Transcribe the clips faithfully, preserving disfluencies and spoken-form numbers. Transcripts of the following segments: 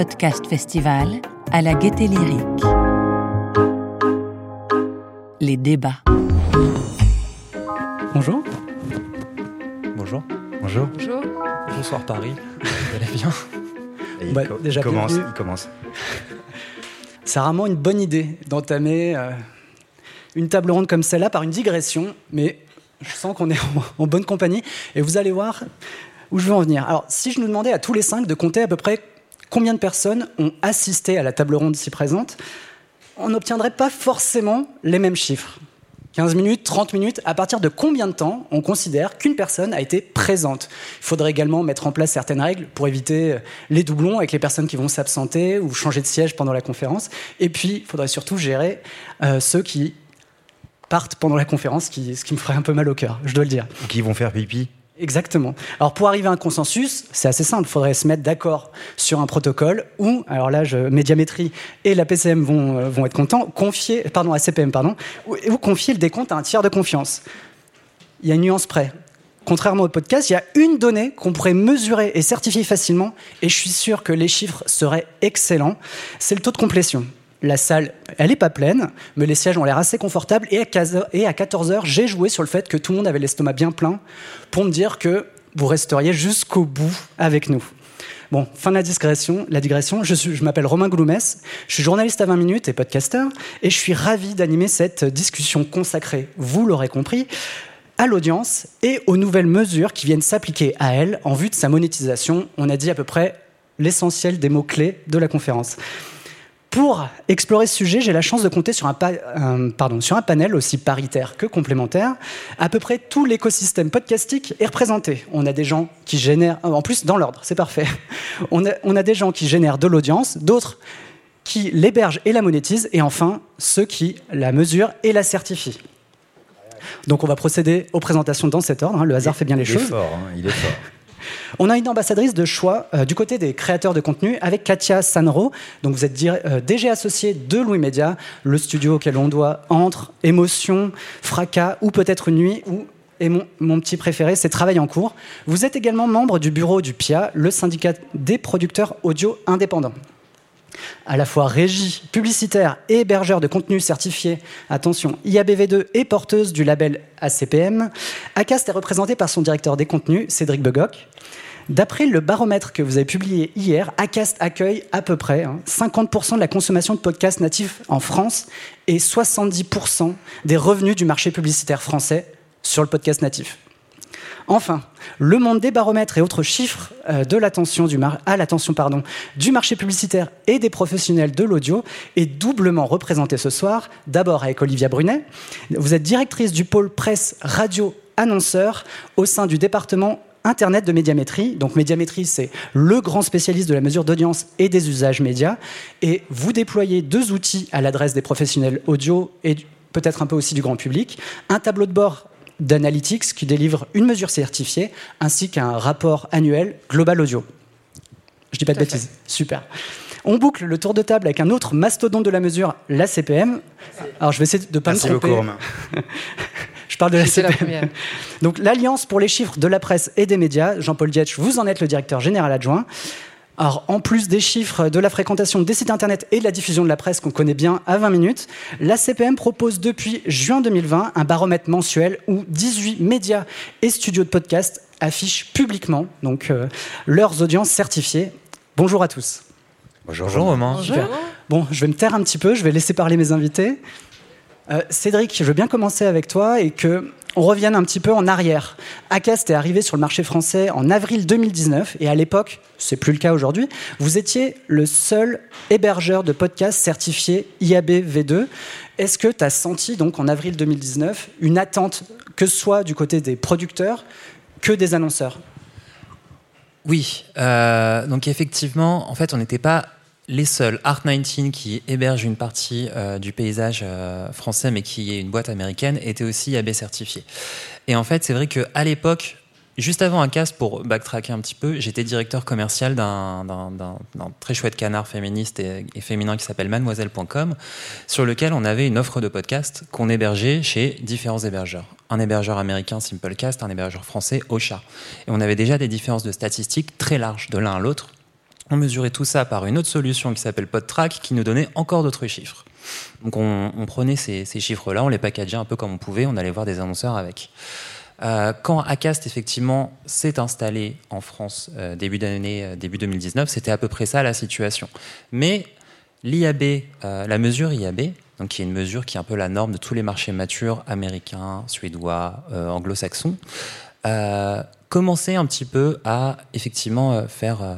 Podcast Festival à la Gaîté Lyrique. Les débats. Bonjour. Bonjour. Bonjour. Bonjour. Bonsoir Paris. Vous allez bien? Il, bah, co- déjà il commence. bienvenue. Il commence. C'est rarement une bonne idée d'entamer euh, une table ronde comme celle-là par une digression, mais je sens qu'on est en, en bonne compagnie et vous allez voir où je veux en venir. Alors, si je nous demandais à tous les cinq de compter à peu près combien de personnes ont assisté à la table ronde ici présente, on n'obtiendrait pas forcément les mêmes chiffres. quinze minutes, trente minutes, à partir de combien de temps on considère qu'une personne a été présente? Il faudrait également mettre en place certaines règles pour éviter les doublons avec les personnes qui vont s'absenter ou changer de siège pendant la conférence. Et puis, il faudrait surtout gérer euh, ceux qui partent pendant la conférence, qui, ce qui me ferait un peu mal au cœur, je dois le dire. Ou qui vont faire pipi. Exactement. Alors pour arriver à un consensus, c'est assez simple, il faudrait se mettre d'accord sur un protocole où, alors là, je, Médiamétrie et la P C M vont, euh, vont être contents, confier, pardon, à C P M, pardon, où, où confier le décompte à un tiers de confiance. Il y a une nuance près. Contrairement au podcast, il y a une donnée qu'on pourrait mesurer et certifier facilement, et je suis sûr que les chiffres seraient excellents, c'est le taux de complétion. La salle, elle n'est pas pleine, mais les sièges ont l'air assez confortables. Et à quatorze heures, j'ai joué sur le fait que tout le monde avait l'estomac bien plein pour me dire que vous resteriez jusqu'au bout avec nous. Bon, fin de la digression. La digression je, suis, je m'appelle Romain Gouloumès, je suis journaliste à vingt minutes et podcasteur, et je suis ravi d'animer cette discussion consacrée, vous l'aurez compris, à l'audience et aux nouvelles mesures qui viennent s'appliquer à elle en vue de sa monétisation. On a dit à peu près l'essentiel des mots-clés de la conférence. Pour explorer ce sujet, j'ai la chance de compter sur un, pa- un, pardon, sur un panel aussi paritaire que complémentaire. À peu près tout l'écosystème podcastique est représenté. On a des gens qui génèrent, en plus dans l'ordre, c'est parfait. On a, on a des gens qui génèrent de l'audience, d'autres qui l'hébergent et la monétisent, et enfin ceux qui la mesurent et la certifient. Donc on va procéder aux présentations dans cet ordre, hein. Le hasard il, fait bien les il choses. Est fort, hein, il est fort. On a une ambassadrice de choix euh, du côté des créateurs de contenu avec Katia Sanro. Donc vous êtes dir- euh, D G associé de Louis Média, le studio auquel on doit Entre, Émotion, Fracas ou peut-être Une Nuit ou, et mon, mon petit préféré, c'est Travail en cours. Vous êtes également membre du bureau du P I A, le syndicat des producteurs audio indépendants. À la fois régie, publicitaire et hébergeur de contenu certifié, attention, I A B V deux et porteuse du label A C P M, Acast est représentée par son directeur des contenus, Cédric Begoc. D'après le baromètre que vous avez publié hier, Acast accueille à peu près hein, cinquante pour cent de la consommation de podcasts natifs en France et soixante-dix pour cent des revenus du marché publicitaire français sur le podcast natif. Enfin, le monde des baromètres et autres chiffres euh, de l'attention du mar- à l'attention pardon, du marché publicitaire et des professionnels de l'audio est doublement représenté ce soir. D'abord avec Olivia Brunet. Vous êtes directrice du pôle presse radio annonceur au sein du département Internet de Médiamétrie. Donc Médiamétrie, c'est le grand spécialiste de la mesure d'audience et des usages médias. Et vous déployez deux outils à l'adresse des professionnels audio et du- peut-être un peu aussi du grand public. Un tableau de bord d'Analytics qui délivre une mesure certifiée ainsi qu'un rapport annuel Global Audio. Je dis pas de bêtises. Super. On boucle le tour de table avec un autre mastodonte de la mesure, l'A C P M. Alors je vais essayer de ne pas Merci me tromper. beaucoup, Romain. Je parle de la J'étais C la P M. première. Donc l'Alliance pour les chiffres de la presse et des médias, Jean-Paul Dietsch, vous en êtes le directeur général adjoint. Alors, en plus des chiffres de la fréquentation des sites internet et de la diffusion de la presse qu'on connaît bien à vingt minutes, la C P M propose depuis juin deux mille vingt un baromètre mensuel où dix-huit médias et studios de podcast affichent publiquement donc, euh, leurs audiences certifiées. Bonjour à tous. Bonjour, Bonjour Romain. Romain. Super. Bon, je vais me taire un petit peu, je vais laisser parler mes invités. Euh, Cédric, je veux bien commencer avec toi et que on revienne un petit peu en arrière. Acast est arrivé sur le marché français en avril deux mille dix-neuf et à l'époque, c'est plus le cas aujourd'hui, vous étiez le seul hébergeur de podcasts certifié I A B V deux. Est-ce que tu as senti donc en avril deux mille dix-neuf une attente que ce soit du côté des producteurs que des annonceurs ? Oui, euh, donc effectivement, en fait, on n'était pas les seuls. Art dix-neuf, qui héberge une partie euh, du paysage euh, français, mais qui est une boîte américaine, était aussi I A B certifié. Et en fait, c'est vrai qu'à l'époque, juste avant Acast, pour backtracker un petit peu, j'étais directeur commercial d'un, d'un, d'un, d'un très chouette canard féministe et, et féminin qui s'appelle mademoiselle point com, sur lequel on avait une offre de podcast qu'on hébergeait chez différents hébergeurs. Un hébergeur américain, Simplecast, un hébergeur français, Ocha. Et on avait déjà des différences de statistiques très larges de l'un à l'autre, On mesurait tout ça par une autre solution qui s'appelle PodTrack, qui nous donnait encore d'autres chiffres. Donc on, on prenait ces, ces chiffres-là, on les packageait un peu comme on pouvait, on allait voir des annonceurs avec. Euh, quand Acast, effectivement, s'est installé en France euh, début d'année, euh, début deux mille dix-neuf, c'était à peu près ça la situation. Mais l'I A B, euh, la mesure I A B, donc qui est une mesure qui est un peu la norme de tous les marchés matures, américains, suédois, euh, anglo-saxons, euh, commençait un petit peu à, effectivement, euh, faire... Euh,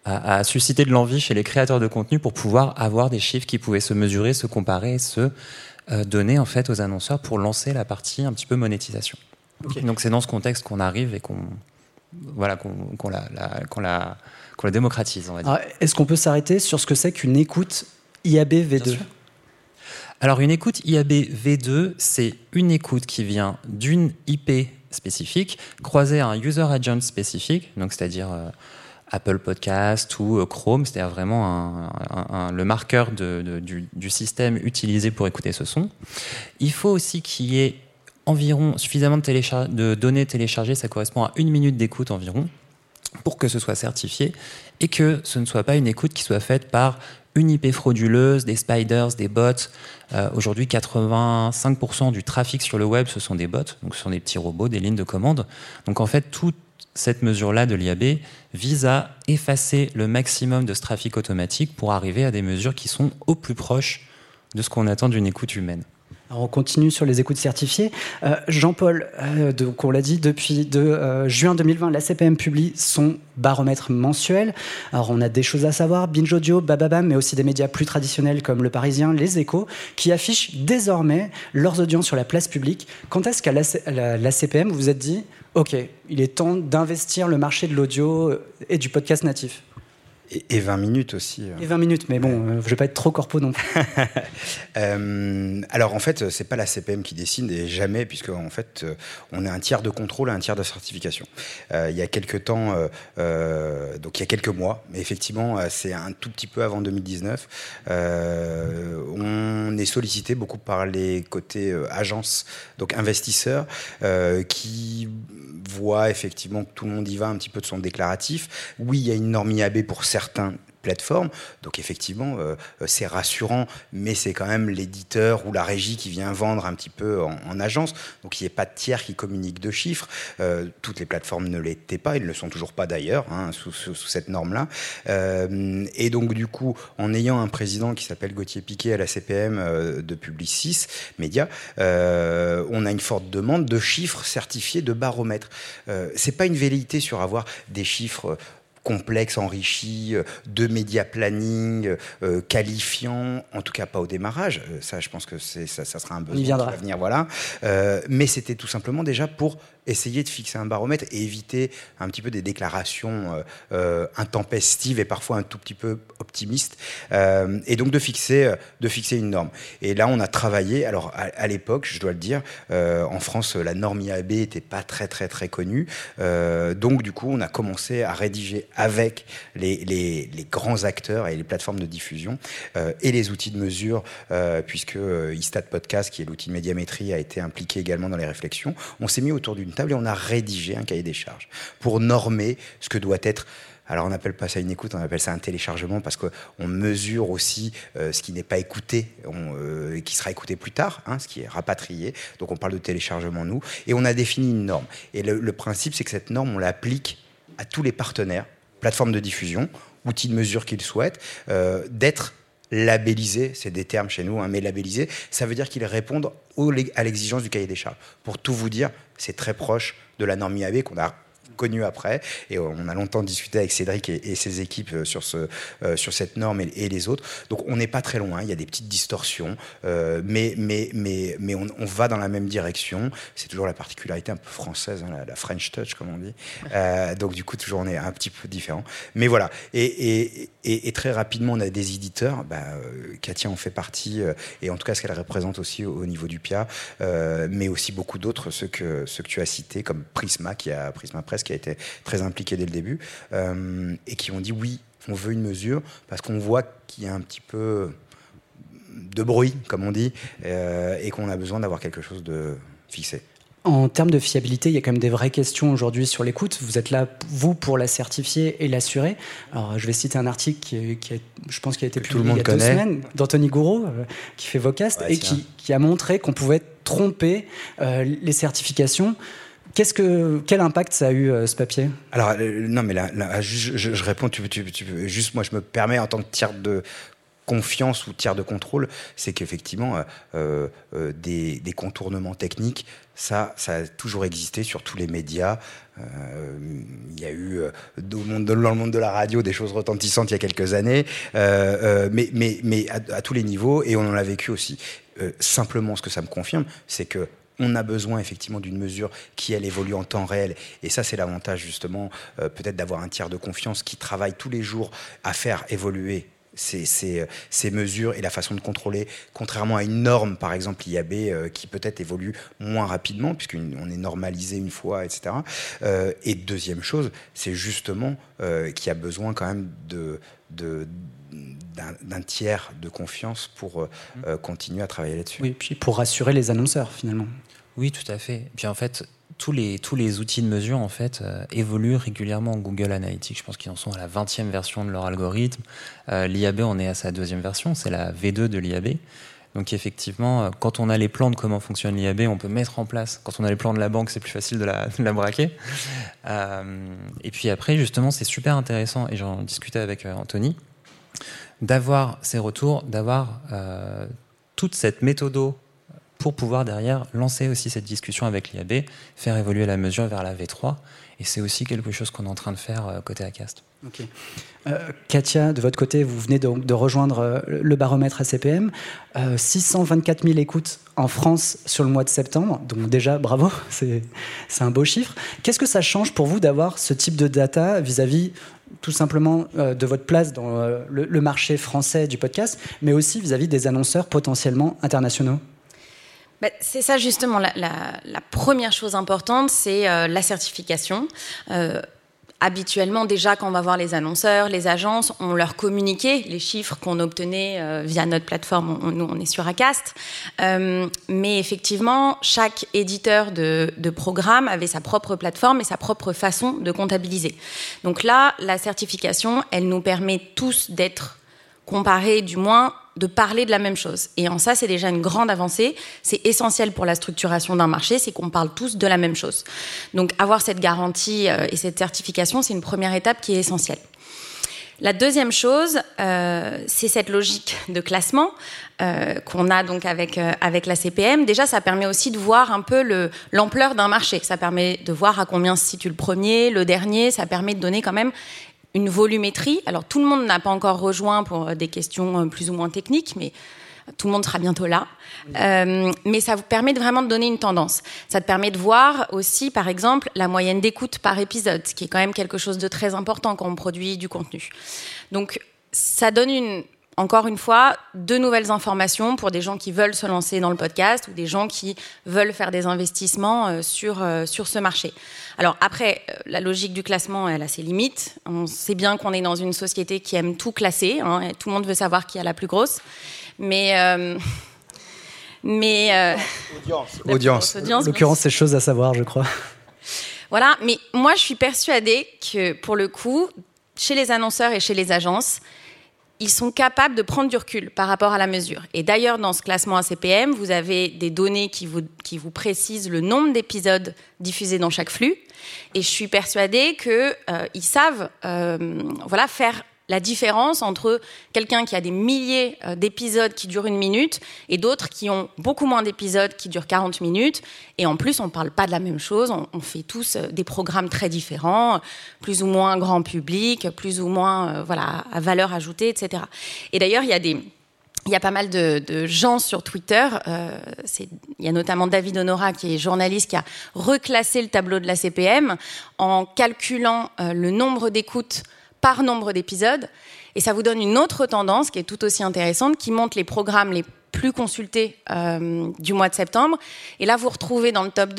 à susciter de l'envie chez les créateurs de contenu pour pouvoir avoir des chiffres qui pouvaient se mesurer, se comparer, se euh, donner en fait aux annonceurs pour lancer la partie un petit peu monétisation. Okay. Donc c'est dans ce contexte qu'on arrive et qu'on voilà qu'on, qu'on, la, la, qu'on, la, qu'on la démocratise, on va dire. Alors, est-ce qu'on peut s'arrêter sur ce que c'est qu'une écoute I A B V deux ? Alors une écoute I A B V deux, c'est une écoute qui vient d'une I P spécifique croisée à un user agent spécifique, donc c'est-à-dire euh, Apple Podcast ou Chrome, c'est-à-dire vraiment un, un, un, le marqueur de, de, du, du système utilisé pour écouter ce son. Il faut aussi qu'il y ait environ suffisamment de, téléchar- de données téléchargées, ça correspond à une minute d'écoute environ, pour que ce soit certifié et que ce ne soit pas une écoute qui soit faite par une I P frauduleuse, des spiders, des bots. Euh, aujourd'hui, quatre-vingt-cinq pour cent du trafic sur le web, ce sont des bots, donc ce sont des petits robots, des lignes de commande. Donc en fait, tout cette mesure-là de l'I A B vise à effacer le maximum de ce trafic automatique pour arriver à des mesures qui sont au plus proches de ce qu'on attend d'une écoute humaine. Alors on continue sur les écoutes certifiées. Euh, Jean-Paul, euh, donc on l'a dit, depuis de, euh, juin deux mille vingt, l'A C P M publie son baromètre mensuel. Alors on a des choses à savoir, Binge Audio, Bababam, mais aussi des médias plus traditionnels comme Le Parisien, Les Échos, qui affichent désormais leurs audiences sur la place publique. Quand est-ce qu'à l'A C P M, vous vous êtes dit « Ok, il est temps d'investir le marché de l'audio et du podcast natif » ? Et, et vingt minutes aussi. Et vingt minutes, mais bon, euh, je ne vais pas être trop corpo non plus. euh, alors en fait, c'est pas la C P M qui décide, et jamais, puisque en fait, on a un tiers de contrôle et un tiers de certification. Euh, il y a quelques temps, euh, euh, donc il y a quelques mois, mais effectivement, c'est un tout petit peu avant deux mille dix-neuf, euh, on est sollicité beaucoup par les côtés euh, agences, donc investisseurs, euh, qui voient effectivement que tout le monde y va un petit peu de son déclaratif. Oui, il y a une norme I A B pour certains plateformes, donc effectivement euh, c'est rassurant, mais c'est quand même l'éditeur ou la régie qui vient vendre un petit peu en, en agence, donc il n'y a pas de tiers qui communique de chiffres. Euh, toutes les plateformes ne l'étaient pas, ils ne le sont toujours pas d'ailleurs, hein, sous, sous, sous cette norme-là. Euh, et donc du coup, en ayant un président qui s'appelle Gauthier Piquet à la C P M euh, de Publicis Média, euh, on a une forte demande de chiffres certifiés de baromètres. Euh, c'est pas une velléité sur avoir des chiffres complexe, enrichi, de média planning, euh, qualifiant, en tout cas pas au démarrage. Euh, ça, je pense que c'est, ça, ça sera un besoin qui va venir, voilà. Euh, mais c'était tout simplement déjà pour essayer de fixer un baromètre et éviter un petit peu des déclarations euh, euh, intempestives et parfois un tout petit peu optimistes, euh, et donc de fixer, de fixer une norme. Et là, on a travaillé, alors à, à l'époque, je dois le dire, euh, en France, la norme I A B n'était pas très, très, très connue, euh, donc du coup, on a commencé à rédiger avec les, les, les grands acteurs et les plateformes de diffusion euh, et les outils de mesure, euh, puisque euh, iStat Podcast, qui est l'outil de médiamétrie, a été impliqué également dans les réflexions. On s'est mis autour d'une table et on a rédigé un cahier des charges pour normer ce que doit être. Alors on n'appelle pas ça une écoute, on appelle ça un téléchargement, parce qu'on mesure aussi euh, ce qui n'est pas écouté, on, euh, qui sera écouté plus tard, hein, ce qui est rapatrié. Donc on parle de téléchargement, nous, et on a défini une norme. Et le, le principe, c'est que cette norme, on l'applique à tous les partenaires, plateformes de diffusion, outils de mesure qu'ils souhaitent, euh, d'être labellisés, c'est des termes chez nous, hein, mais labellisés, ça veut dire qu'ils répondent au, à l'exigence du cahier des charges. Pour tout vous dire, c'est très proche de la norme I A B qu'on a connu après, et on a longtemps discuté avec Cédric et, et ses équipes sur, ce, euh, sur cette norme et, et les autres. Donc on n'est pas très loin, il y a des petites distorsions, euh, mais, mais, mais, mais on, on va dans la même direction. C'est toujours la particularité un peu française, hein, la, la French touch comme on dit. Euh, donc du coup toujours on est un petit peu différent. Mais voilà, et, et, et, et très rapidement on a des éditeurs, bah, euh, Katia en fait partie, euh, et en tout cas ce qu'elle représente aussi au, au niveau du P I A, euh, mais aussi beaucoup d'autres, ceux que, ceux que tu as cités, comme Prisma, qui a Prisma Presse, qui a été très impliqué dès le début, euh, et qui ont dit oui, on veut une mesure, parce qu'on voit qu'il y a un petit peu de bruit, comme on dit, euh, et qu'on a besoin d'avoir quelque chose de fixé. en termes de fiabilité, il y a quand même des vraies questions aujourd'hui sur l'écoute. Vous êtes là, vous, pour la certifier et l'assurer. Alors, je vais citer un article qui, qui a, je pense, qui a été publié il y a deux semaines, d'Anthony Gouraud, euh, qui fait Vocast, ouais, et qui, qui a montré qu'on pouvait tromper euh, les certifications. Qu'est-ce que, quel impact ça a eu, euh, ce papier ? Alors, euh, non, mais là, là je, je, je réponds, tu, tu, tu, juste moi, je me permets, en tant que tiers de confiance ou tiers de contrôle, c'est qu'effectivement, euh, euh, des, des contournements techniques, ça, ça a toujours existé sur tous les médias. Euh, il y a eu euh, dans, le monde, dans le monde de la radio des choses retentissantes il y a quelques années, euh, euh, mais, mais, mais à, à tous les niveaux, et on en a vécu aussi. Euh, simplement, ce que ça me confirme, c'est que on a besoin effectivement d'une mesure qui, elle, évolue en temps réel. Et ça, c'est l'avantage justement, euh, peut-être d'avoir un tiers de confiance qui travaille tous les jours à faire évoluer Ces, ces, ces mesures et la façon de contrôler, contrairement à une norme, par exemple l'I A B, euh, qui peut-être évolue moins rapidement, puisqu'on est normalisé une fois, et cetera. Euh, et deuxième chose, c'est justement euh, qu'il y a besoin quand même de, de, d'un, d'un tiers de confiance pour euh, continuer à travailler là-dessus. Oui, puis pour rassurer les annonceurs, finalement. Oui, tout à fait. Et puis en fait, tous les, tous les outils de mesure en fait, euh, évoluent régulièrement. Google Analytics, je pense qu'ils en sont à la vingtième version de leur algorithme. Euh, L'I A B, on est à sa deuxième version, c'est la V deux de l'I A B. Donc effectivement, quand on a les plans de comment fonctionne l'I A B, on peut mettre en place. Quand on a les plans de la banque, c'est plus facile de la, de la braquer. Euh, et puis après, justement, c'est super intéressant, et j'en discutais avec euh, Anthony, d'avoir ces retours, d'avoir euh, toute cette méthodo pour pouvoir derrière lancer aussi cette discussion avec l'I A B, faire évoluer la mesure vers la V trois. Et c'est aussi quelque chose qu'on est en train de faire euh, côté Acast. Ok. Euh, Katia, de votre côté, vous venez de, de rejoindre euh, le baromètre A C P M. Euh, six cent vingt-quatre mille écoutes en France sur le mois de septembre. Donc déjà, bravo, c'est, c'est un beau chiffre. Qu'est-ce que ça change pour vous d'avoir ce type de data vis-à-vis tout simplement euh, de votre place dans euh, le, le marché français du podcast, mais aussi vis-à-vis des annonceurs potentiellement internationaux ? Bah, c'est ça justement, la, la, la première chose importante, c'est euh, la certification. Euh, habituellement, déjà, quand on va voir les annonceurs, les agences, on leur communiquait les chiffres qu'on obtenait euh, via notre plateforme. On, nous, on est sur Acast. Euh, mais effectivement, chaque éditeur de, de programme avait sa propre plateforme et sa propre façon de comptabiliser. Donc là, la certification, elle nous permet tous d'être comparés, du moins, de parler de la même chose. Et en ça, c'est déjà une grande avancée. C'est essentiel pour la structuration d'un marché, c'est qu'on parle tous de la même chose. Donc, avoir cette garantie euh, et cette certification, c'est une première étape qui est essentielle. La deuxième chose, euh, c'est cette logique de classement euh, qu'on a donc avec, euh, avec la C P M. Déjà, ça permet aussi de voir un peu le, l'ampleur d'un marché. Ça permet de voir à combien se situe le premier, le dernier. Ça permet de donner quand même une volumétrie. Alors, tout le monde n'a pas encore rejoint pour des questions plus ou moins techniques, mais tout le monde sera bientôt là. Oui. Euh, mais ça vous permet de vraiment de donner une tendance. Ça te permet de voir aussi, par exemple, la moyenne d'écoute par épisode, ce qui est quand même quelque chose de très important quand on produit du contenu. Donc, ça donne une... Encore une fois, de nouvelles informations pour des gens qui veulent se lancer dans le podcast ou des gens qui veulent faire des investissements sur, sur ce marché. Alors après, la logique du classement, elle a ses limites. On sait bien qu'on est dans une société qui aime tout classer. Hein, et tout le monde veut savoir qui a la plus grosse. Mais... Euh, mais euh, audience. audience. audience. En l'occurrence, c'est chose à savoir, je crois. Voilà, mais moi, je suis persuadée que, pour le coup, chez les annonceurs et chez les agences, ils sont capables de prendre du recul par rapport à la mesure. Et d'ailleurs, dans ce classement A C P M, vous avez des données qui vous, qui vous précisent le nombre d'épisodes diffusés dans chaque flux. Et je suis persuadée qu'ils euh, savent euh, voilà, faire la différence entre quelqu'un qui a des milliers d'épisodes qui durent une minute et d'autres qui ont beaucoup moins d'épisodes qui durent quarante minutes. Et en plus, on ne parle pas de la même chose. On, on fait tous des programmes très différents, plus ou moins grand public, plus ou moins euh, voilà, à valeur ajoutée, et cetera. Et d'ailleurs, il y a des... Il y a pas mal de, de gens sur Twitter, euh, c'est, il y a notamment David Honora qui est journaliste qui a reclassé le tableau de la C P M en calculant euh, le nombre d'écoutes par nombre d'épisodes. Et ça vous donne une autre tendance qui est tout aussi intéressante, qui montre les programmes les plus consultés euh, du mois de septembre. Et là, vous retrouvez dans le top deux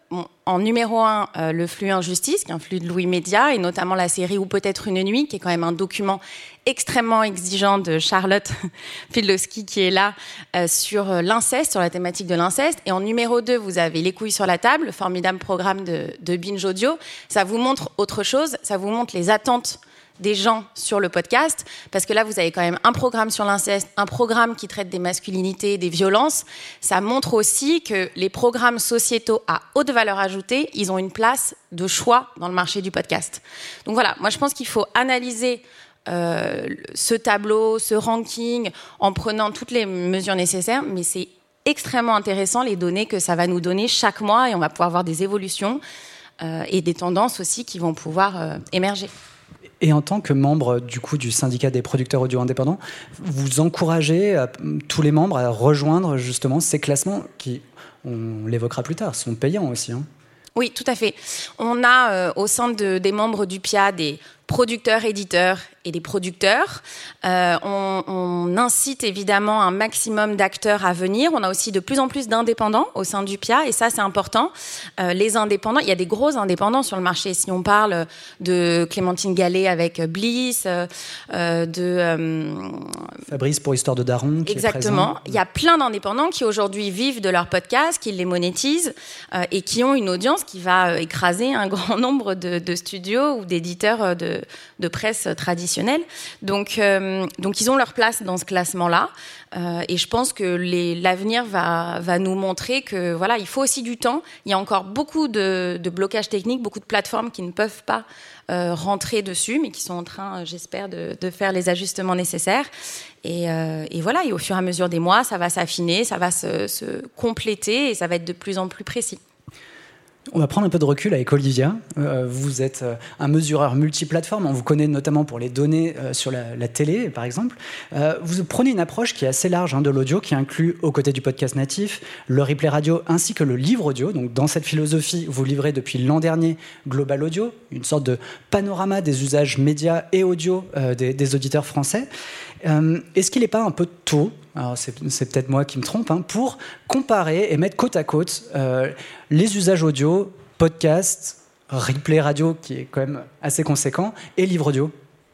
bon, en numéro un, euh, le flux Injustice, qui est un flux de Louis Média, et notamment la série Ou peut-être une nuit, qui est quand même un document extrêmement exigeant de Charlotte Fidlowski, qui est là euh, sur l'inceste, sur la thématique de l'inceste. Et en numéro deux, vous avez Les couilles sur la table, le formidable programme de, de Binge Audio. Ça vous montre autre chose, ça vous montre les attentes des gens sur le podcast, parce que là, vous avez quand même un programme sur l'inceste, un programme qui traite des masculinités, des violences. Ça montre aussi que les programmes sociétaux à haute valeur ajoutée, ils ont une place de choix dans le marché du podcast. Donc voilà, moi je pense qu'il faut analyser euh, ce tableau, ce ranking, en prenant toutes les mesures nécessaires, mais c'est extrêmement intéressant les données que ça va nous donner chaque mois, et on va pouvoir voir des évolutions euh, et des tendances aussi qui vont pouvoir euh, émerger. Et en tant que membre du coup du syndicat des producteurs audio indépendants, vous encouragez euh, tous les membres à rejoindre justement ces classements qui, on l'évoquera plus tard, sont payants aussi. Hein. Oui, tout à fait. On a euh, au sein de, des membres du P I A des producteurs, éditeurs et des producteurs. Euh, on, on incite évidemment un maximum d'acteurs à venir. On a aussi de plus en plus d'indépendants au sein du P I A, et ça c'est important. Euh, les indépendants, il y a des gros indépendants sur le marché. Si on parle de Clémentine Gallet avec Bliss, euh, de euh, Fabrice pour Histoire de Daron, qui exactement. Est présent. Il y a plein d'indépendants qui aujourd'hui vivent de leur podcast, qui les monétisent euh, et qui ont une audience qui va écraser un grand nombre de, de studios ou d'éditeurs de, de presse traditionnels. Donc, euh, donc ils ont leur place dans ce classement-là. Euh, et je pense que les, l'avenir va, va nous montrer que voilà, il faut aussi du temps. Il y a encore beaucoup de, de blocages techniques, beaucoup de plateformes qui ne peuvent pas euh, rentrer dessus, mais qui sont en train, j'espère, de, de faire les ajustements nécessaires. Et, euh, et voilà, et au fur et à mesure des mois, ça va s'affiner, ça va se, se compléter, et ça va être de plus en plus précis. On va prendre un peu de recul avec Olivia. Euh, vous êtes un mesureur multiplateforme. On vous connaît notamment pour les données euh, sur la, la télé, par exemple. Euh, vous prenez une approche qui est assez large hein, de l'audio, qui inclut, aux côtés du podcast natif, le replay radio ainsi que le livre audio. Donc, dans cette philosophie, vous livrez depuis l'an dernier Global Audio, une sorte de panorama des usages médias et audio euh, des, des auditeurs français. Euh, est-ce qu'il n'est pas un peu tôt, alors c'est, c'est peut-être moi qui me trompe, hein, pour comparer et mettre côte à côte euh, les usages audio, podcast, replay radio, qui est quand même assez conséquent, et livre audio?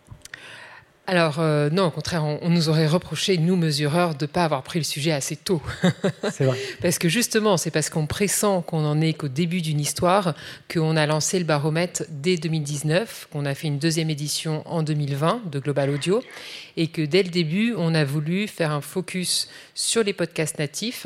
Alors euh, non, au contraire, on, on nous aurait reproché, nous mesureurs, de ne pas avoir pris le sujet assez tôt. C'est vrai. Parce que justement, c'est parce qu'on pressent qu'on en est qu'au début d'une histoire qu'on a lancé le baromètre dès deux mille dix-neuf, qu'on a fait une deuxième édition en deux mille vingt de Global Audio, et que dès le début, on a voulu faire un focus sur les podcasts natifs,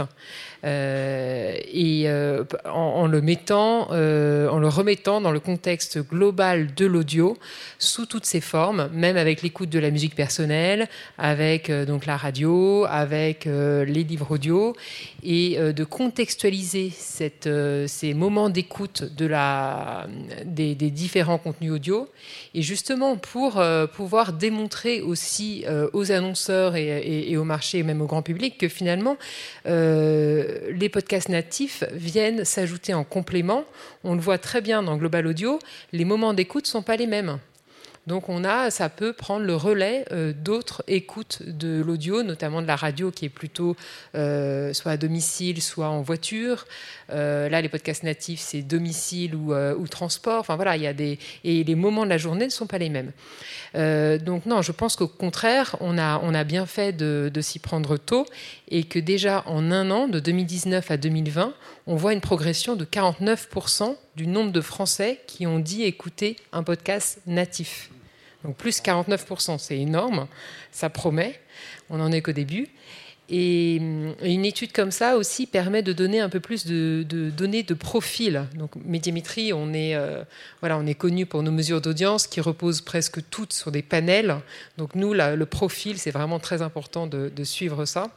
euh, et euh, en, en le mettant, euh, en le remettant dans le contexte global de l'audio sous toutes ses formes, même avec l'écoute de la musique personnelle, avec euh, donc la radio, avec euh, les livres audio, et euh, de contextualiser cette, euh, ces moments d'écoute de la, des, des différents contenus audio, et justement pour euh, pouvoir démontrer aussi euh, aux annonceurs et, et, et au marché, et même au grand public, que finalement euh, les podcasts natifs viennent s'ajouter en complément. On le voit très bien dans Global Audio, les moments d'écoute ne sont pas les mêmes. Donc on a, ça peut prendre le relais euh, d'autres écoutes de l'audio, notamment de la radio qui est plutôt euh, soit à domicile, soit en voiture. Euh, là, les podcasts natifs, c'est domicile ou, euh, ou transport. Enfin voilà, il y a des et les moments de la journée ne sont pas les mêmes. Euh, donc non, je pense qu'au contraire, on a on a bien fait de, de s'y prendre tôt, et que déjà en un an, de deux mille dix-neuf à deux mille vingt, on voit une progression de quarante-neuf pour cent du nombre de Français qui ont dit écouter un podcast natif. Donc plus quarante-neuf pour cent, c'est énorme, ça promet, on n'en est qu'au début. Et une étude comme ça aussi permet de donner un peu plus de, de données de profil. Donc Médiamétrie, on est, euh, voilà, on est connu pour nos mesures d'audience qui reposent presque toutes sur des panels. Donc nous, là, le profil, c'est vraiment très important de, de suivre ça.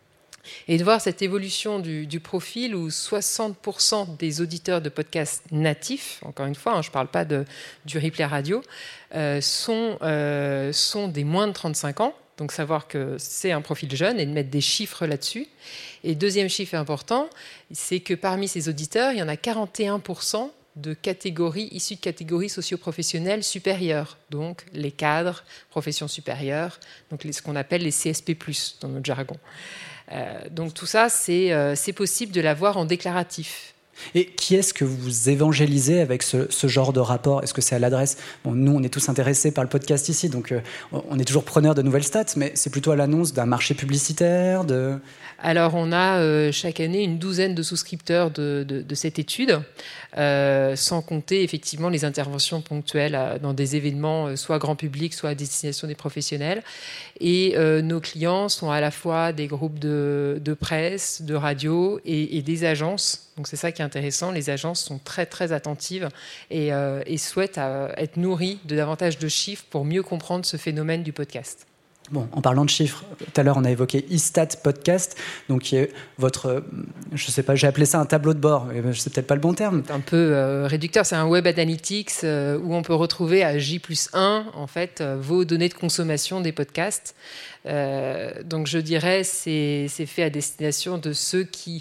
Et de voir cette évolution du, du profil où soixante pour cent des auditeurs de podcasts natifs, encore une fois, hein, je ne parle pas de, du replay radio, euh, sont, euh, sont des moins de trente-cinq ans. Donc savoir que c'est un profil jeune et de mettre des chiffres là-dessus. Et deuxième chiffre important, c'est que parmi ces auditeurs, il y en a quarante et un pour cent de catégories issues de catégories socio-professionnelles supérieures, donc les cadres, professions supérieures, donc les, ce qu'on appelle les C S P plus, dans notre jargon. Euh, donc tout ça, c'est, euh, c'est possible de l'avoir en déclaratif. Et qui est-ce que vous évangélisez avec ce, ce genre de rapport? Est-ce que c'est à l'adresse? Bon, nous, on est tous intéressés par le podcast ici, donc euh, on est toujours preneurs de nouvelles stats, mais c'est plutôt à l'annonce d'un marché publicitaire de... Alors, on a euh, chaque année une douzaine de souscripteurs de, de, de cette étude, euh, sans compter effectivement les interventions ponctuelles à, dans des événements, euh, soit grand public, soit à destination des professionnels. Et euh, nos clients sont à la fois des groupes de, de presse, de radio et, et des agences. Donc c'est ça qui est intéressant. Les agences sont très très attentives et, euh, et souhaitent euh, être nourries de davantage de chiffres pour mieux comprendre ce phénomène du podcast. Bon, en parlant de chiffres, tout à l'heure on a évoqué iStat Podcast, donc qui est votre, je sais pas, j'ai appelé ça un tableau de bord, mais c'est peut-être pas le bon terme. C'est un peu euh, réducteur, c'est un web analytics euh, où on peut retrouver à J plus un en fait euh, vos données de consommation des podcasts. Euh, donc je dirais c'est c'est fait à destination de ceux qui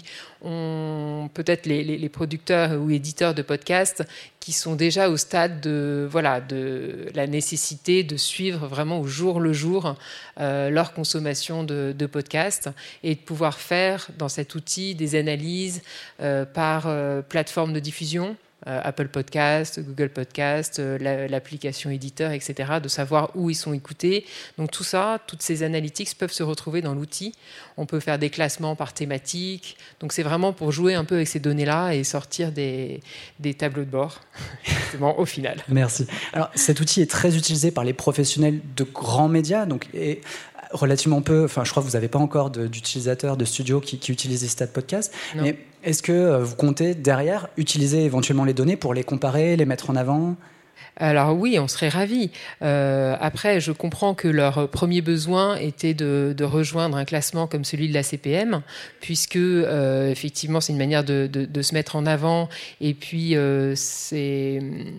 ont peut-être les, les, les producteurs ou éditeurs de podcasts qui sont déjà au stade de voilà de la nécessité de suivre vraiment au jour le jour euh, leur consommation de, de podcasts et de pouvoir faire dans cet outil des analyses euh, par euh, plateforme de diffusion. Euh, Apple Podcast, Google Podcast, euh, la, l'application éditeur, et cetera, de savoir où ils sont écoutés. Donc tout ça, toutes ces analytics peuvent se retrouver dans l'outil. On peut faire des classements par thématique. Donc c'est vraiment pour jouer un peu avec ces données-là et sortir des, des tableaux de bord, justement, au final. Merci. Alors cet outil est très utilisé par les professionnels de grands médias, donc et relativement peu, enfin je crois que vous n'avez pas encore de, d'utilisateurs de studios qui, qui utilisent les stats podcast, non. Mais est-ce que vous comptez derrière utiliser éventuellement les données pour les comparer, les mettre en avant ? Alors oui, on serait ravis. Euh, après, je comprends que leur premier besoin était de, de rejoindre un classement comme celui de la C P M, puisque euh, effectivement, c'est une manière de, de, de se mettre en avant. Et puis, euh, c'est,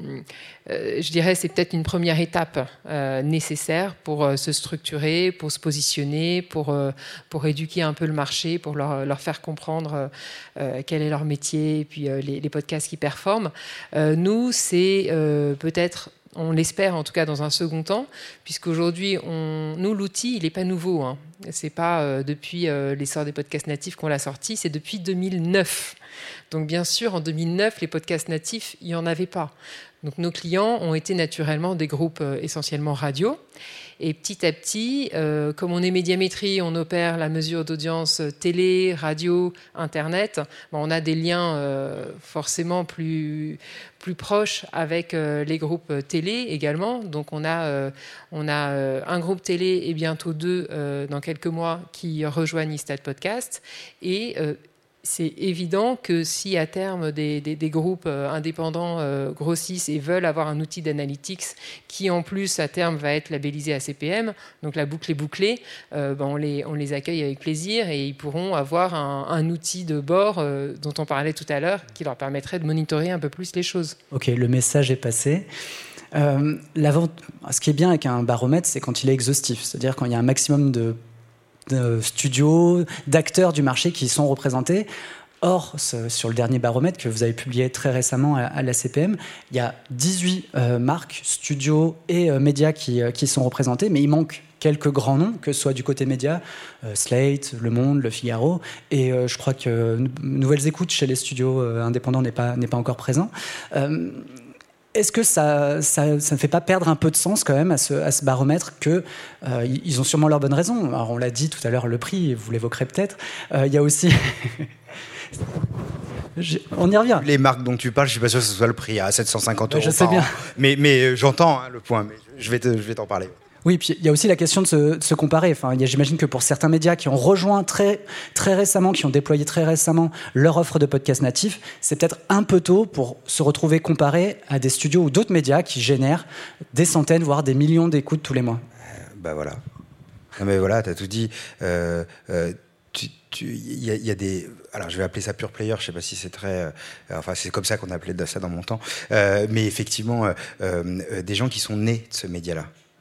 euh, je dirais, c'est peut-être une première étape euh, nécessaire pour euh, se structurer, pour se positionner, pour euh, pour éduquer un peu le marché, pour leur leur faire comprendre euh, quel est leur métier et puis euh, les, les podcasts qui performent. Euh, nous, c'est euh, peut-être on l'espère en tout cas dans un second temps, puisqu'aujourd'hui, on, nous, l'outil, il n'est pas nouveau. Hein. Ce n'est pas euh, depuis euh, l'essor des podcasts natifs qu'on l'a sorti, c'est depuis deux mille neuf. Donc bien sûr, en deux mille neuf, les podcasts natifs, il n'y en avait pas. Donc nos clients ont été naturellement des groupes euh, essentiellement radio. Et petit à petit, euh, comme on est médiamétrie, on opère la mesure d'audience télé, radio, Internet, bon, on a des liens euh, forcément plus, plus proches avec euh, les groupes télé également. Donc on a, euh, on a euh, un groupe télé et bientôt deux euh, dans quelques mois qui rejoignent iStat Podcast. Et euh, c'est évident que si à terme des, des, des groupes indépendants euh, grossissent et veulent avoir un outil d'analytics qui en plus à terme va être labellisé A C P M, donc la boucle est bouclée, euh, ben on, les, on les accueille avec plaisir et ils pourront avoir un, un outil de bord euh, dont on parlait tout à l'heure qui leur permettrait de monitorer un peu plus les choses. Ok, le message est passé. Euh, ce qui est bien avec un baromètre, c'est quand il est exhaustif, c'est-à-dire quand il y a un maximum de de studios, d'acteurs du marché qui sont représentés. Or, ce, sur le dernier baromètre que vous avez publié très récemment à, à la C P M, il y a dix-huit euh, marques, studios et euh, médias qui, euh, qui sont représentés, mais il manque quelques grands noms, que ce soit du côté média, euh, Slate, Le Monde, Le Figaro, et euh, je crois que Nouvelles Écoutes chez les studios euh, indépendants n'est pas, n'est pas encore présent. Euh, Est-ce que ça, ça, ça ne fait pas perdre un peu de sens quand même à ce, à ce baromètre que euh, ils ont sûrement leurs bonnes raisons. Alors on l'a dit tout à l'heure, le prix, vous l'évoquerez peut-être. Euh, il y a aussi... je, on y revient. Les marques dont tu parles, je ne suis pas sûr que ce soit le prix à sept cent cinquante euros. Je sais bien. An. Mais, mais j'entends hein, le point, mais je vais, te, je vais t'en parler. Oui, puis il y a aussi la question de se, de se comparer. Enfin, il y a, j'imagine que pour certains médias qui ont rejoint très, très récemment, qui ont déployé très récemment leur offre de podcast natif, c'est peut-être un peu tôt pour se retrouver comparé à des studios ou d'autres médias qui génèrent des centaines, voire des millions d'écoutes tous les mois. Euh, bah voilà. Non mais voilà, t'as tout dit. Euh, euh, tu, il y, y a des, alors je vais appeler ça pure player, je sais pas si c'est très, euh, enfin c'est comme ça qu'on appelait ça dans mon temps, euh, mais effectivement, euh, euh, des gens qui sont nés de ce média-là.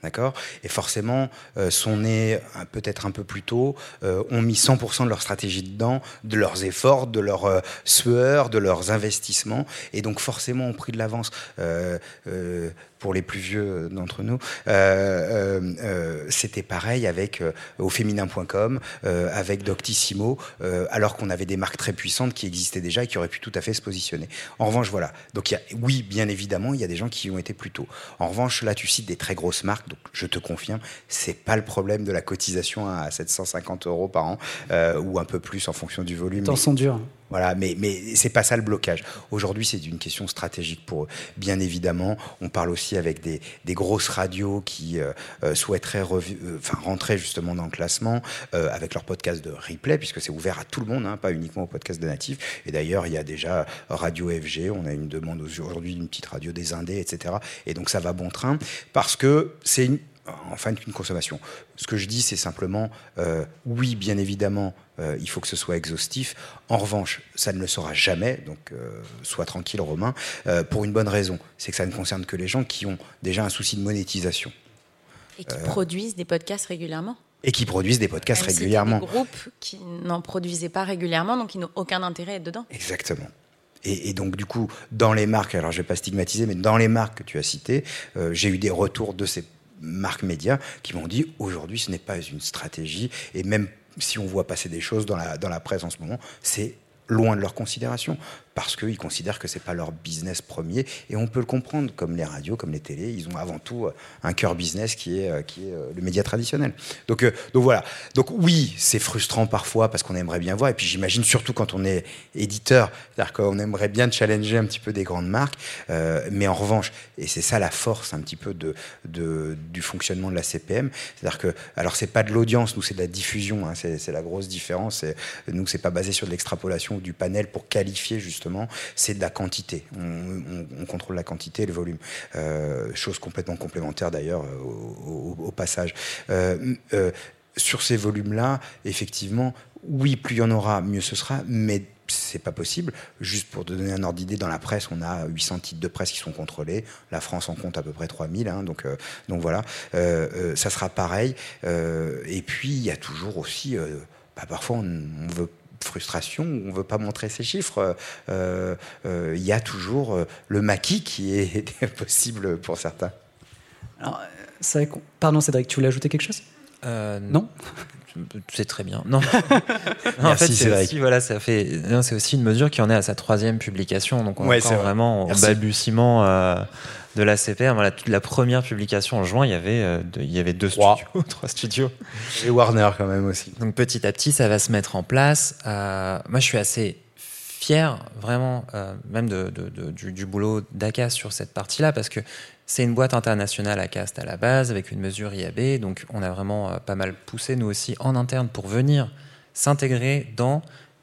D'accord ? Et forcément, euh, sont nés euh, peut-être un peu plus tôt, euh, ont mis cent pour cent de leur stratégie dedans, de leurs efforts, de leurs euh, sueurs, de leurs investissements, et donc forcément ont pris de l'avance. Euh, euh, pour les plus vieux d'entre nous, euh, euh, euh, c'était pareil avec euh, au féminin point com, euh, avec Doctissimo, euh, alors qu'on avait des marques très puissantes qui existaient déjà et qui auraient pu tout à fait se positionner. En revanche, voilà. Donc, il y a, oui, bien évidemment, il y a des gens qui y ont été plus tôt. En revanche, là, tu cites des très grosses marques, donc je te confirme, c'est pas le problème de la cotisation à sept cent cinquante euros par an, euh, ou un peu plus en fonction du volume. Les temps sont durs. Voilà, mais, mais c'est pas ça le blocage. Aujourd'hui, c'est une question stratégique pour eux. Bien évidemment, on parle aussi avec des, des grosses radios qui euh, euh, souhaiteraient revu, euh, enfin, rentrer justement dans le classement euh, avec leur podcast de replay, puisque c'est ouvert à tout le monde, hein, pas uniquement au podcast de natifs. Et d'ailleurs, il y a déjà Radio F G, on a une demande aujourd'hui d'une petite radio des Indés, et cetera. Et donc, ça va bon train, parce que c'est une enfin une consommation. Ce que je dis, c'est simplement, euh, oui, bien évidemment, euh, il faut que ce soit exhaustif. En revanche, ça ne le sera jamais, donc euh, sois tranquille, Romain, euh, pour une bonne raison. C'est que ça ne concerne que les gens qui ont déjà un souci de monétisation. Et qui euh, produisent des podcasts régulièrement. Et qui produisent des podcasts Même régulièrement. Des groupes qui n'en produisaient pas régulièrement, donc ils n'ont aucun intérêt à être dedans. Exactement. Et, et donc, du coup, dans les marques, alors je ne vais pas stigmatiser, mais dans les marques que tu as citées, euh, j'ai eu des retours de ces marques médias qui m'ont dit aujourd'hui ce n'est pas une stratégie, et même si on voit passer des choses dans la, dans la presse en ce moment, c'est loin de leur considération, parce qu'ils considèrent que c'est pas leur business premier, et on peut le comprendre, comme les radios, comme les télés, ils ont avant tout un cœur business qui est, qui est le média traditionnel. Donc, donc voilà. Donc oui, c'est frustrant parfois parce qu'on aimerait bien voir, et puis j'imagine surtout quand on est éditeur, c'est-à-dire qu'on aimerait bien challenger un petit peu des grandes marques, euh, mais en revanche, et c'est ça la force un petit peu de, de, du fonctionnement de la C P M, c'est-à-dire que, alors c'est pas de l'audience, nous c'est de la diffusion, hein, c'est, c'est la grosse différence, c'est, nous c'est pas basé sur de l'extrapolation ou du panel pour qualifier justement, c'est de la quantité. On, on, on contrôle la quantité et le volume. Euh, chose complètement complémentaire d'ailleurs au, au, au passage. Euh, euh, sur ces volumes-là, effectivement, oui, plus il y en aura, mieux ce sera, mais c'est pas possible. Juste pour te donner un ordre d'idée, dans la presse, on a huit cents titres de presse qui sont contrôlés. La France en compte à peu près trois mille. Hein, donc, euh, donc voilà, euh, euh, ça sera pareil. Euh, et puis, il y a toujours aussi... Euh, bah, parfois, on, on veut frustration, on ne veut pas montrer ces chiffres. Il euh, euh, y a toujours euh, le maquis qui est possible pour certains. Alors, c'est vrai qu'on... Pardon Cédric, tu voulais ajouter quelque chose ? euh, Non ? C'est très bien. Non. non en fait, c'est aussi, voilà, ça fait. Non, c'est aussi une mesure qui en est à sa troisième publication, donc on ouais, est encore vraiment au balbutiement euh, de la C P M. Voilà, toute la première publication en juin, il y avait, euh, deux, il y avait deux wow. studios, trois studios. Et Warner quand même aussi. Donc petit à petit, ça va se mettre en place. Euh, moi, je suis assez fier, vraiment, euh, même de, de, de, du, du boulot d'Acast sur cette partie-là, parce que c'est une boîte internationale Acast à la base, avec une mesure I A B, donc on a vraiment euh, pas mal poussé, nous aussi, en interne, pour venir s'intégrer dans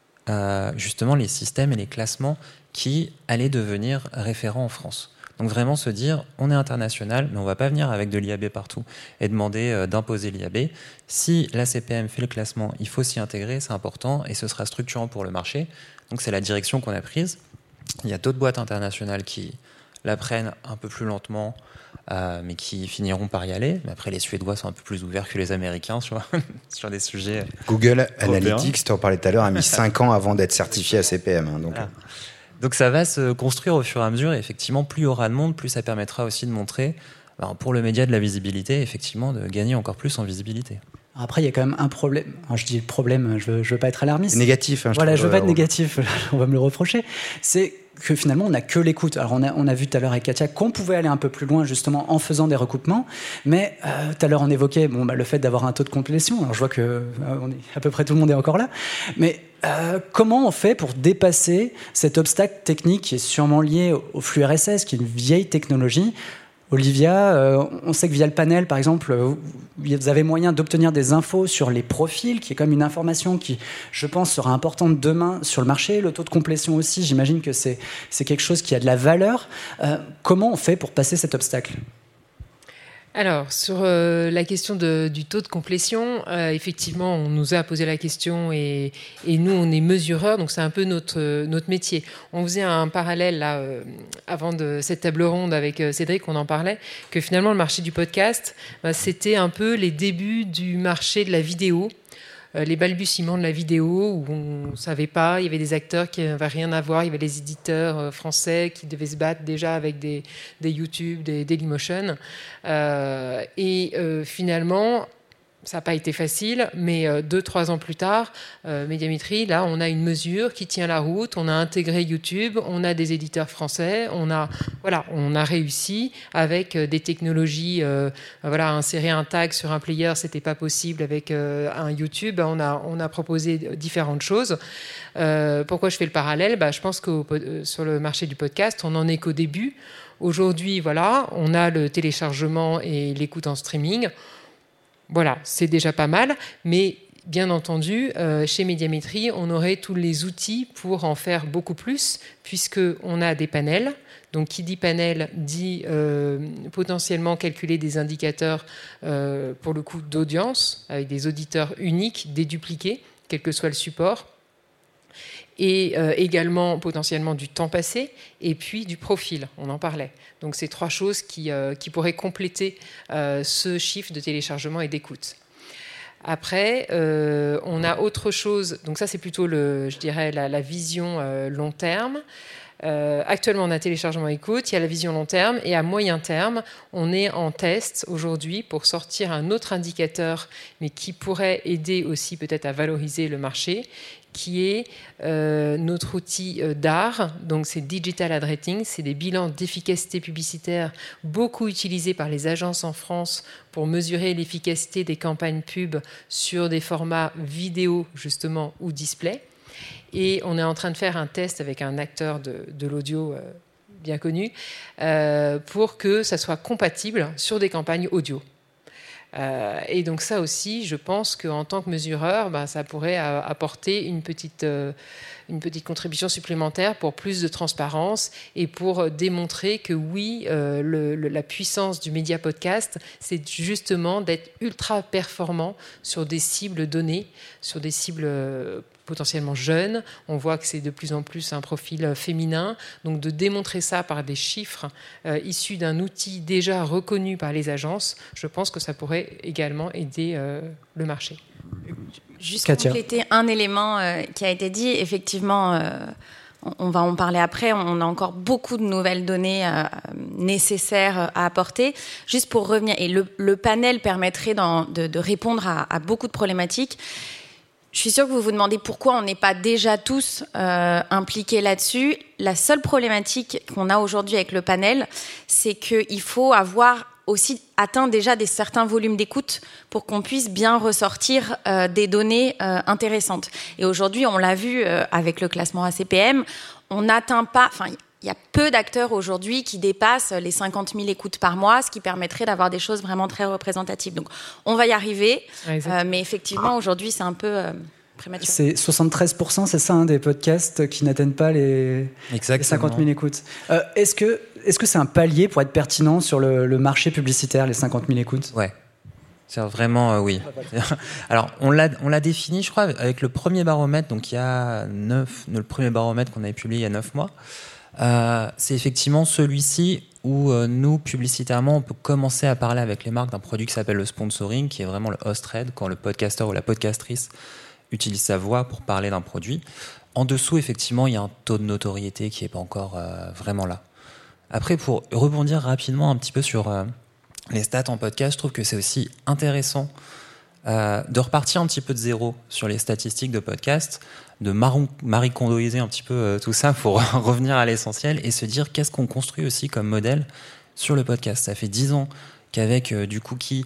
euh, justement les systèmes et les classements qui allaient devenir référents en France. Donc vraiment se dire, on est international, mais on ne va pas venir avec de l'I A B partout et demander euh, d'imposer l'I A B. Si la C P M fait le classement, il faut s'y intégrer, c'est important, et ce sera structurant pour le marché. Donc c'est la direction qu'on a prise. Il y a d'autres boîtes internationales qui la prennent un peu plus lentement, euh, mais qui finiront par y aller. Mais après, les Suédois sont un peu plus ouverts que les Américains sur, sur des sujets. Google Analytics, tu en parlais tout à l'heure, a mis cinq ans avant d'être certifié à C P M. Hein, donc... Voilà. donc ça va se construire au fur et à mesure. Et effectivement, plus il y aura de monde, plus ça permettra aussi de montrer, ben, pour le média de la visibilité, effectivement, de gagner encore plus en visibilité. Après, il y a quand même un problème. Alors, je dis le problème, je veux, je veux pas être alarmiste. Négatif. Hein, je voilà, je veux euh, pas être négatif. On va me le reprocher. C'est que finalement, on n'a que l'écoute. Alors, on a, on a vu tout à l'heure avec Katia qu'on pouvait aller un peu plus loin, justement, en faisant des recoupements. Mais euh, tout à l'heure, on évoquait bon, bah, le fait d'avoir un taux de complétion. Alors, je vois que euh, on est, à peu près tout le monde est encore là. Mais euh, comment on fait pour dépasser cet obstacle technique qui est sûrement lié au, au flux R S S, qui est une vieille technologie? Olivia, euh, on sait que via le panel, par exemple, vous avez moyen d'obtenir des infos sur les profils, qui est comme une information qui, je pense, sera importante demain sur le marché. Le taux de complétion aussi, j'imagine que c'est, c'est quelque chose qui a de la valeur. Euh, comment on fait pour passer cet obstacle ? Alors, sur euh, la question de, du taux de complétion, euh, effectivement, on nous a posé la question et, et nous, on est mesureurs, donc c'est un peu notre, notre métier. On faisait un parallèle, là, euh, avant de cette table ronde avec euh, Cédric, on en parlait, que finalement, le marché du podcast, bah, c'était un peu les débuts du marché de la vidéo. Les balbutiements de la vidéo où on ne savait pas, il y avait des acteurs qui n'avaient rien à voir, il y avait des éditeurs français qui devaient se battre déjà avec des, des YouTube, des Dailymotion. Euh, et euh, finalement, ça n'a pas été facile, mais euh, deux, trois ans plus tard, euh, Médiamétrie, là, on a une mesure qui tient la route, on a intégré YouTube, on a des éditeurs français, on a, voilà, on a réussi avec euh, des technologies, euh, voilà, insérer un tag sur un player, c'était pas possible avec euh, un YouTube, on a, on a proposé différentes choses. Euh, pourquoi je fais le parallèle ? Bah, je pense que euh, sur le marché du podcast, on n'en est qu'au début. Aujourd'hui, voilà, on a le téléchargement et l'écoute en streaming. Voilà, c'est déjà pas mal, mais bien entendu, euh, chez Médiamétrie, on aurait tous les outils pour en faire beaucoup plus, puisqu'on a des panels. Donc, qui dit panel dit euh, potentiellement calculer des indicateurs, euh, pour le coup, d'audience, avec des auditeurs uniques, dédupliqués, quel que soit le support. Et euh, également potentiellement du temps passé, et puis du profil, on en parlait. Donc c'est trois choses qui, euh, qui pourraient compléter euh, ce chiffre de téléchargement et d'écoute. Après, euh, on a autre chose, donc ça c'est plutôt, le, je dirais, la, la vision euh, long terme. Euh, actuellement, on a téléchargement écoute, il y a la vision long terme, et à moyen terme, on est en test aujourd'hui pour sortir un autre indicateur, mais qui pourrait aider aussi peut-être à valoriser le marché, qui est euh, notre outil euh, D A R, donc c'est Digital Ad Rating, c'est des bilans d'efficacité publicitaire beaucoup utilisés par les agences en France pour mesurer l'efficacité des campagnes pub sur des formats vidéo justement ou display. Et on est en train de faire un test avec un acteur de, de l'audio euh, bien connu euh, pour que ça soit compatible sur des campagnes audio. Euh, et donc ça aussi, je pense qu'en tant que mesureur, ben, ça pourrait apporter une petite, euh, une petite contribution supplémentaire pour plus de transparence et pour démontrer que oui, euh, le, le, la puissance du média podcast, c'est justement d'être ultra performant sur des cibles données, sur des cibles euh, potentiellement jeunes. On voit que c'est de plus en plus un profil féminin. Donc de démontrer ça par des chiffres euh, issus d'un outil déjà reconnu par les agences, je pense que ça pourrait également aider euh, le marché. Juste Katia. compléter un élément euh, qui a été dit. Effectivement, euh, on, on va en parler après. On a encore beaucoup de nouvelles données euh, nécessaires à apporter. Juste pour revenir, et le, le panel permettrait dans, de, de répondre à, à beaucoup de problématiques. Je suis sûre que vous vous demandez pourquoi on n'est pas déjà tous euh, impliqués là-dessus. La seule problématique qu'on a aujourd'hui avec le panel, c'est qu'il faut avoir aussi atteint déjà des certains volumes d'écoute pour qu'on puisse bien ressortir euh, des données euh, intéressantes. Et aujourd'hui, on l'a vu euh, avec le classement A C P M, on n'atteint pas... Enfin, il y a peu d'acteurs aujourd'hui qui dépassent les cinquante mille écoutes par mois, ce qui permettrait d'avoir des choses vraiment très représentatives. Donc, on va y arriver, euh, mais effectivement, aujourd'hui, c'est un peu euh, prématuré. C'est soixante-treize pour cent, c'est ça, hein, des podcasts qui n'atteignent pas les, les cinquante mille écoutes. Euh, est-ce que, est-ce que c'est un palier pour être pertinent sur le, le marché publicitaire, les cinquante mille écoutes ? Ouais. C'est vraiment, euh, oui. Alors, on l'a, on l'a défini, je crois, avec le premier baromètre, donc il y a neuf, le premier baromètre qu'on avait publié il y a neuf mois. Euh, c'est effectivement celui-ci où euh, nous, publicitairement, on peut commencer à parler avec les marques d'un produit qui s'appelle le sponsoring, qui est vraiment le host read, quand le podcasteur ou la podcastrice utilise sa voix pour parler d'un produit. En dessous, effectivement, il y a un taux de notoriété qui n'est pas encore euh, vraiment là. Après, pour rebondir rapidement un petit peu sur euh, les stats en podcast, je trouve que c'est aussi intéressant euh, de repartir un petit peu de zéro sur les statistiques de podcast, de Marie Kondoiser un petit peu euh, tout ça pour revenir à l'essentiel et se dire qu'est-ce qu'on construit aussi comme modèle sur le podcast. Ça fait dix ans qu'avec euh, du cookie,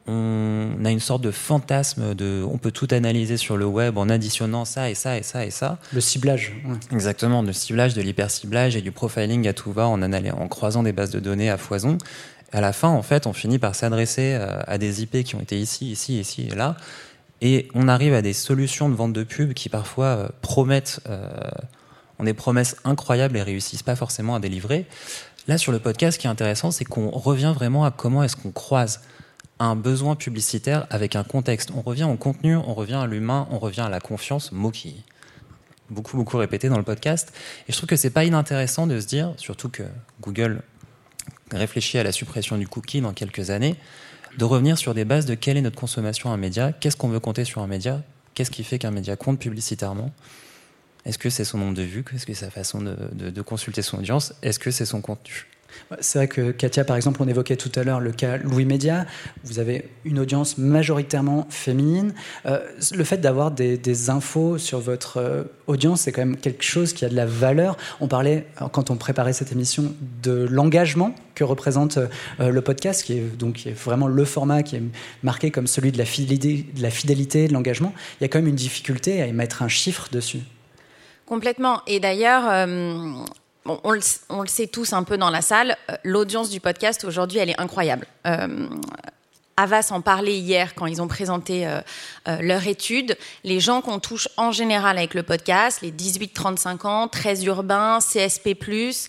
on a une sorte de fantasme de on peut tout analyser sur le web en additionnant ça et ça et ça et ça. Le ciblage. Ouais. Exactement, le ciblage, de l'hyperciblage et du profiling à tout va en, analy- en croisant des bases de données à foison. À la fin, en fait, on finit par s'adresser euh, à des I P qui ont été ici, ici, ici et là. Et on arrive à des solutions de vente de pub qui parfois euh, promettent, euh, ont des promesses incroyables et réussissent pas forcément à délivrer. Là, sur le podcast, ce qui est intéressant, c'est qu'on revient vraiment à comment est-ce qu'on croise un besoin publicitaire avec un contexte. On revient au contenu, on revient à l'humain, on revient à la confiance, mot qui est beaucoup, beaucoup répété dans le podcast. Et je trouve que c'est pas inintéressant de se dire, surtout que Google réfléchit à la suppression du cookie dans quelques années, de revenir sur des bases de quelle est notre consommation à un média, qu'est-ce qu'on veut compter sur un média, qu'est-ce qui fait qu'un média compte publicitairement. Est-ce que c'est son nombre de vues? Est-ce que c'est sa façon de, de, de consulter son audience? Est-ce que c'est son contenu? C'est vrai que Katia, par exemple, on évoquait tout à l'heure le cas Louis Média. Vous avez une audience majoritairement féminine. Euh, le fait d'avoir des, des infos sur votre euh, audience, c'est quand même quelque chose qui a de la valeur. On parlait, quand on préparait cette émission, de l'engagement que représente euh, le podcast, qui est, donc, qui est vraiment le format qui est marqué comme celui de la fidélité, de, la fidélité, de l'engagement. Il y a quand même une difficulté à y mettre un chiffre dessus. Complètement. Et d'ailleurs... Euh Bon, on, le, on le sait tous un peu dans la salle, euh, l'audience du podcast aujourd'hui, elle est incroyable. Euh, Havas en parlait hier quand ils ont présenté euh, euh, leur étude. Les gens qu'on touche en général avec le podcast, les dix-huit trente-cinq ans, très urbains, C S P plus,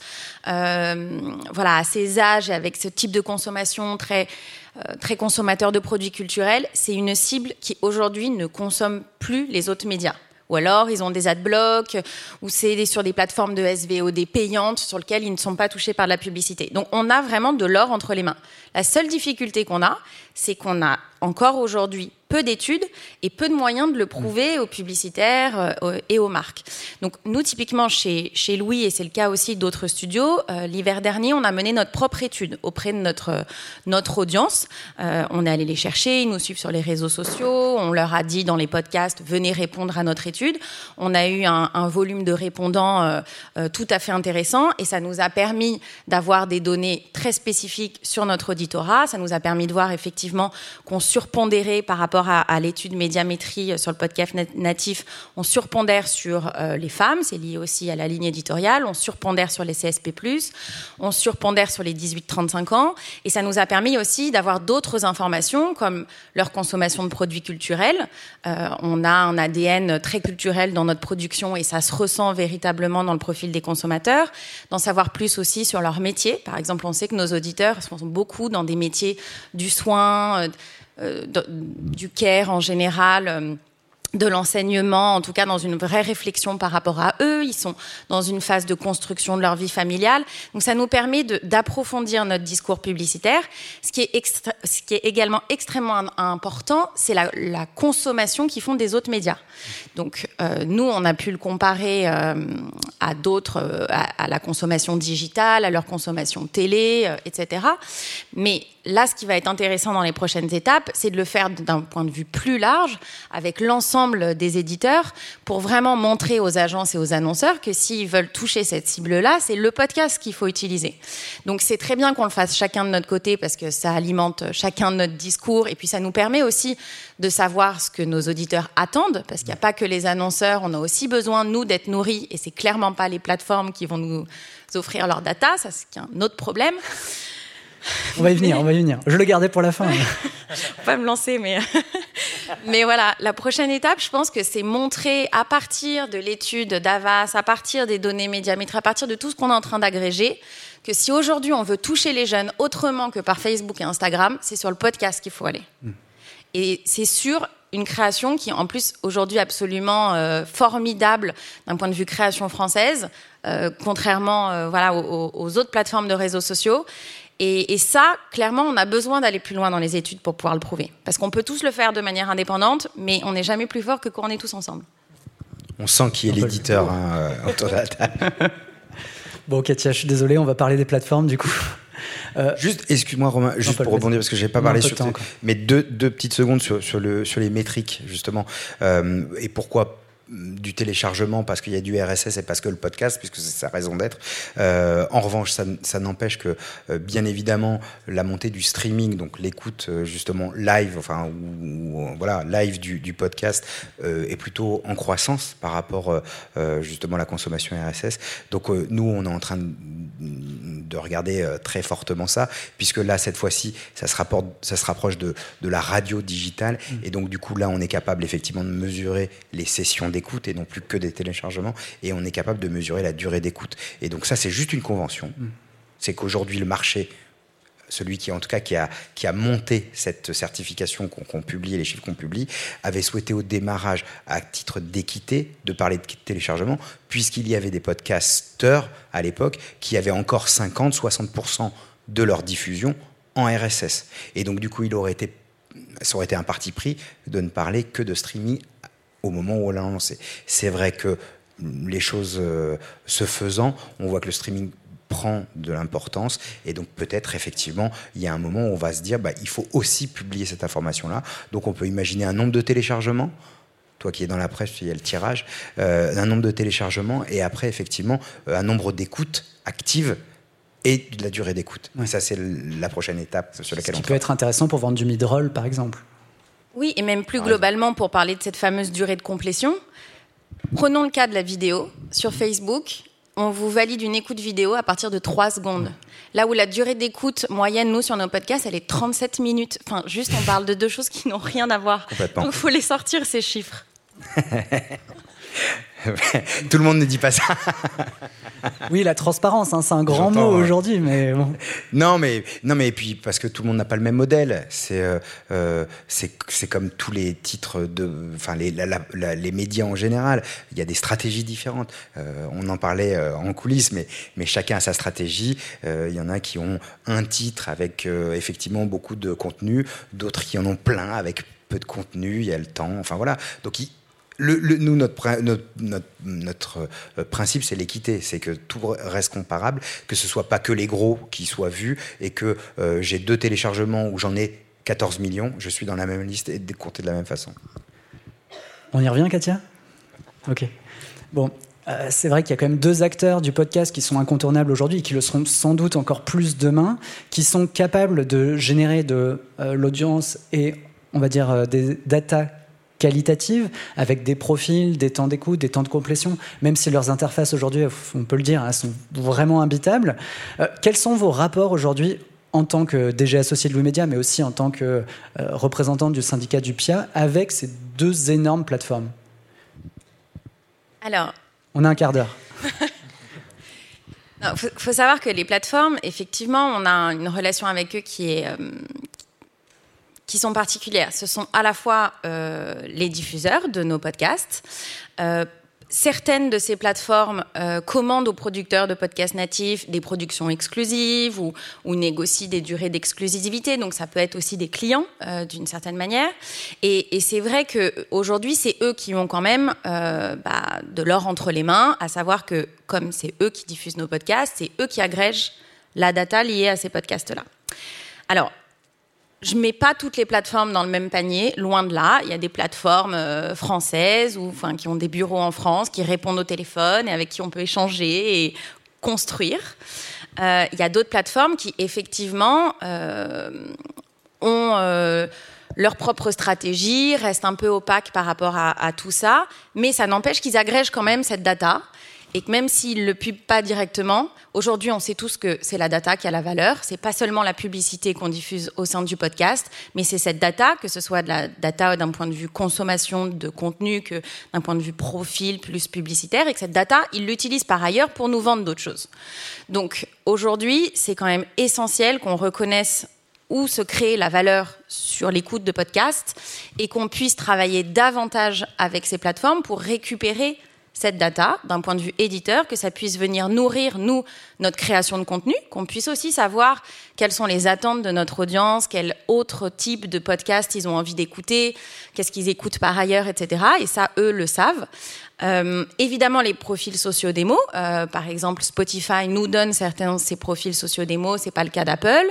euh, voilà, à ces âges, avec ce type de consommation très, euh, très consommateur de produits culturels, c'est une cible qui aujourd'hui ne consomme plus les autres médias. Ou alors, ils ont des adblocks, ou c'est sur des plateformes de S V O D payantes sur lesquelles ils ne sont pas touchés par de la publicité. Donc, on a vraiment de l'or entre les mains. La seule difficulté qu'on a, c'est qu'on a encore aujourd'hui peu d'études et peu de moyens de le prouver aux publicitaires euh, et aux marques. Donc, nous, typiquement, chez, chez Louis, et c'est le cas aussi d'autres studios, euh, l'hiver dernier, on a mené notre propre étude auprès de notre, notre audience. Euh, on est allé les chercher, ils nous suivent sur les réseaux sociaux, on leur a dit dans les podcasts, venez répondre à notre étude. On a eu un, un volume de répondants euh, euh, tout à fait intéressant et ça nous a permis d'avoir des données très spécifiques sur notre auditorat. Ça nous a permis de voir effectivement qu'on surpondérait par rapport à, à l'étude médiamétrie sur le podcast natif, on surpondère sur euh, les femmes, c'est lié aussi à la ligne éditoriale, on surpondère sur les C S P plus, on surpondère sur les dix-huit trente-cinq ans, et ça nous a permis aussi d'avoir d'autres informations comme leur consommation de produits culturels. Euh, on a un A D N très culturel dans notre production et ça se ressent véritablement dans le profil des consommateurs, d'en savoir plus aussi sur leur métier. Par exemple, on sait que nos auditeurs sont beaucoup dans des métiers du soin, euh, du care en général, euh, de l'enseignement, en tout cas dans une vraie réflexion par rapport à eux. Ils sont dans une phase de construction de leur vie familiale. Donc ça nous permet de, d'approfondir notre discours publicitaire. Ce qui est, extra, ce qui est également extrêmement important, c'est la, la consommation qu'ils font des autres médias. Donc euh, nous, on a pu le comparer euh, à d'autres, euh, à, à la consommation digitale, à leur consommation télé, euh, et cetera. Mais là, ce qui va être intéressant dans les prochaines étapes, c'est de le faire d'un point de vue plus large, avec l'ensemble des éditeurs, pour vraiment montrer aux agences et aux annonceurs que s'ils veulent toucher cette cible-là, c'est le podcast qu'il faut utiliser. Donc c'est très bien qu'on le fasse chacun de notre côté, parce que ça alimente chacun de notre discours, et puis ça nous permet aussi de savoir ce que nos auditeurs attendent, parce qu'il n'y a pas que les annonceurs, on a aussi besoin, nous, d'être nourris, et c'est clairement pas les plateformes qui vont nous offrir leur data, ça c'est un autre problème. On va y venir, on va y venir. Je le gardais pour la fin. Faut pas me lancer, mais... mais voilà, la prochaine étape, je pense que c'est montrer à partir de l'étude d'Havas, à partir des données médiamétriques, à partir de tout ce qu'on est en train d'agréger, que si aujourd'hui on veut toucher les jeunes autrement que par Facebook et Instagram, c'est sur le podcast qu'il faut aller. Mm. Et c'est sur une création qui est en plus aujourd'hui absolument euh, formidable d'un point de vue création française, euh, contrairement euh, voilà, aux, aux autres plateformes de réseaux sociaux. Et, et ça, clairement, on a besoin d'aller plus loin dans les études pour pouvoir le prouver. Parce qu'on peut tous le faire de manière indépendante, mais on n'est jamais plus fort que quand on est tous ensemble. On sent qui est l'éditeur hein, autour de la table. Bon, Katia, je suis désolé, on va parler des plateformes du coup. Euh, juste, excuse-moi Romain, juste pour rebondir parce que j'ai pas parlé sur, mais deux, deux petites secondes sur, sur, le, sur les métriques justement euh, et pourquoi du téléchargement parce qu'il y a du R S S et parce que le podcast, puisque c'est sa raison d'être. Euh, en revanche, ça, ça n'empêche que, euh, bien évidemment, la montée du streaming, donc l'écoute euh, justement live, enfin ou, ou, voilà, live du, du podcast euh, est plutôt en croissance par rapport euh, justement à la consommation R S S. Donc euh, nous, on est en train de, de regarder euh, très fortement ça, puisque là, cette fois-ci, ça se, rapporte, ça se rapproche de, de la radio digitale. Mmh. Et donc, du coup, là, on est capable effectivement de mesurer les sessions d'écoute et non plus que des téléchargements. Et on est capable de mesurer la durée d'écoute. Et donc, ça, c'est juste une convention. Mmh. C'est qu'aujourd'hui, le marché, celui qui, en tout cas, qui a, qui a monté cette certification qu'on, qu'on publie, les chiffres qu'on publie, avait souhaité au démarrage, à titre d'équité, de parler de téléchargement, puisqu'il y avait des podcasteurs à l'époque qui avaient encore cinquante à soixante pour cent de leur diffusion en R S S. Et donc, du coup, il aurait été, ça aurait été un parti pris de ne parler que de streaming au moment où on l'a lancé. C'est vrai que les choses euh, se faisant, on voit que le streaming prend de l'importance et donc peut-être effectivement il y a un moment où on va se dire bah, il faut aussi publier cette information-là, donc on peut imaginer un nombre de téléchargements, toi qui es dans la presse, il y a le tirage, euh, un nombre de téléchargements et après effectivement euh, un nombre d'écoutes actives et de la durée d'écoute. Ouais. Ça c'est la prochaine étape sur laquelle Ce on qui peut être intéressant pour vendre du mid-roll par exemple. Oui, et même plus Par globalement exemple. Pour parler de cette fameuse durée de complétion, prenons le cas de la vidéo sur Facebook. On vous valide une écoute vidéo à partir de trois secondes. Là où la durée d'écoute moyenne, nous, sur nos podcasts, elle est trente-sept minutes. Enfin, juste, on parle de deux choses qui n'ont rien à voir. Donc, il faut les sortir, ces chiffres. Tout le monde ne dit pas ça. Oui, la transparence, hein, c'est un grand J'entends, mot aujourd'hui, mais bon. Non, mais non, mais et puis parce que tout le monde n'a pas le même modèle. C'est euh, euh, c'est c'est comme tous les titres de, enfin les la, la, les médias en général. Il y a des stratégies différentes. Euh, on en parlait euh, en coulisses, mais mais chacun a sa stratégie. Euh, il y en a qui ont un titre avec euh, effectivement beaucoup de contenu, d'autres qui en ont plein avec peu de contenu. Il y a le temps. Enfin voilà. Donc il, Le, le, nous, notre, notre, notre, notre principe, c'est l'équité. C'est que tout reste comparable, que ce ne soit pas que les gros qui soient vus et que euh, j'ai deux téléchargements où j'en ai quatorze millions, je suis dans la même liste et décompté de la même façon. On y revient, Katia ? Ok. Bon, euh, c'est vrai qu'il y a quand même deux acteurs du podcast qui sont incontournables aujourd'hui et qui le seront sans doute encore plus demain, qui sont capables de générer de euh, l'audience et, on va dire, euh, des data qualitatives, avec des profils, des temps d'écoute, des temps de complétion, même si leurs interfaces aujourd'hui, on peut le dire, elles sont vraiment imbitables. Euh, quels sont vos rapports aujourd'hui en tant que D G associé de Louis Média, mais aussi en tant que euh, représentant du syndicat du P I A, avec ces deux énormes plateformes ? Alors... On a un quart d'heure. Il faut, faut savoir que les plateformes, effectivement, on a une relation avec eux qui est... Euh, qui sont particulières. Ce sont à la fois euh, les diffuseurs de nos podcasts. Euh, certaines de ces plateformes euh, commandent aux producteurs de podcasts natifs des productions exclusives ou, ou négocient des durées d'exclusivité. Donc ça peut être aussi des clients euh, d'une certaine manière. Et, et c'est vrai qu'aujourd'hui, c'est eux qui ont quand même euh, bah, de l'or entre les mains, à savoir que comme c'est eux qui diffusent nos podcasts, c'est eux qui agrègent la data liée à ces podcasts-là. Alors, je ne mets pas toutes les plateformes dans le même panier, loin de là. Il y a des plateformes euh, françaises ou, enfin, qui ont des bureaux en France, qui répondent au téléphone et avec qui on peut échanger et construire. Euh, il y a d'autres plateformes qui, effectivement, euh, ont euh, leur propre stratégie, restent un peu opaques par rapport à, à tout ça, mais ça n'empêche qu'ils agrègent quand même cette data. Et que même s'ils ne le publient pas directement, aujourd'hui, on sait tous que c'est la data qui a la valeur. Ce n'est pas seulement la publicité qu'on diffuse au sein du podcast, mais c'est cette data, que ce soit de la data d'un point de vue consommation de contenu, que d'un point de vue profil plus publicitaire, et que cette data, ils l'utilisent par ailleurs pour nous vendre d'autres choses. Donc aujourd'hui, c'est quand même essentiel qu'on reconnaisse où se crée la valeur sur l'écoute de podcasts et qu'on puisse travailler davantage avec ces plateformes pour récupérer cette data, d'un point de vue éditeur, que ça puisse venir nourrir, nous, notre création de contenu, qu'on puisse aussi savoir quelles sont les attentes de notre audience, quel autre type de podcast ils ont envie d'écouter, qu'est-ce qu'ils écoutent par ailleurs, et cetera. Et ça, eux le savent. Euh, évidemment, les profils socio-démos, euh, par exemple, Spotify nous donne certains de ces profils socio-démos, c'est pas le cas d'Apple.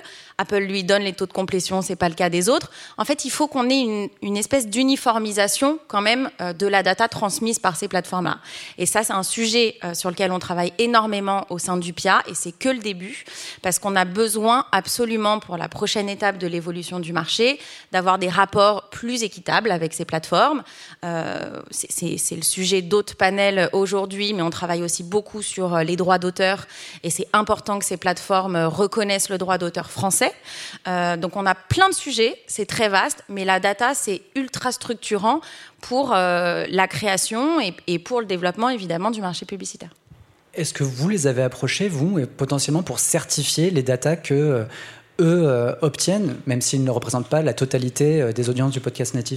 Apple lui donne les taux de complétion, c'est pas le cas des autres. En fait, il faut qu'on ait une, une espèce d'uniformisation quand même euh, de la data transmise par ces plateformes-là. Et ça, c'est un sujet euh, sur lequel on travaille énormément au sein du P I A, et c'est que le début, parce qu'on a besoin absolument pour la prochaine étape de l'évolution du marché d'avoir des rapports plus équitables avec ces plateformes. Euh, c'est, c'est, c'est le sujet d'autres panels aujourd'hui, mais on travaille aussi beaucoup sur les droits d'auteur, et c'est important que ces plateformes reconnaissent le droit d'auteur français. Euh, donc on a plein de sujets, c'est très vaste, mais la data, c'est ultra structurant pour euh, la création et, et pour le développement, évidemment, du marché publicitaire. Est-ce que vous les avez approchés, vous, et potentiellement pour certifier les datas que euh, eux euh, obtiennent, même s'ils ne représentent pas la totalité euh, des audiences du podcast natif ?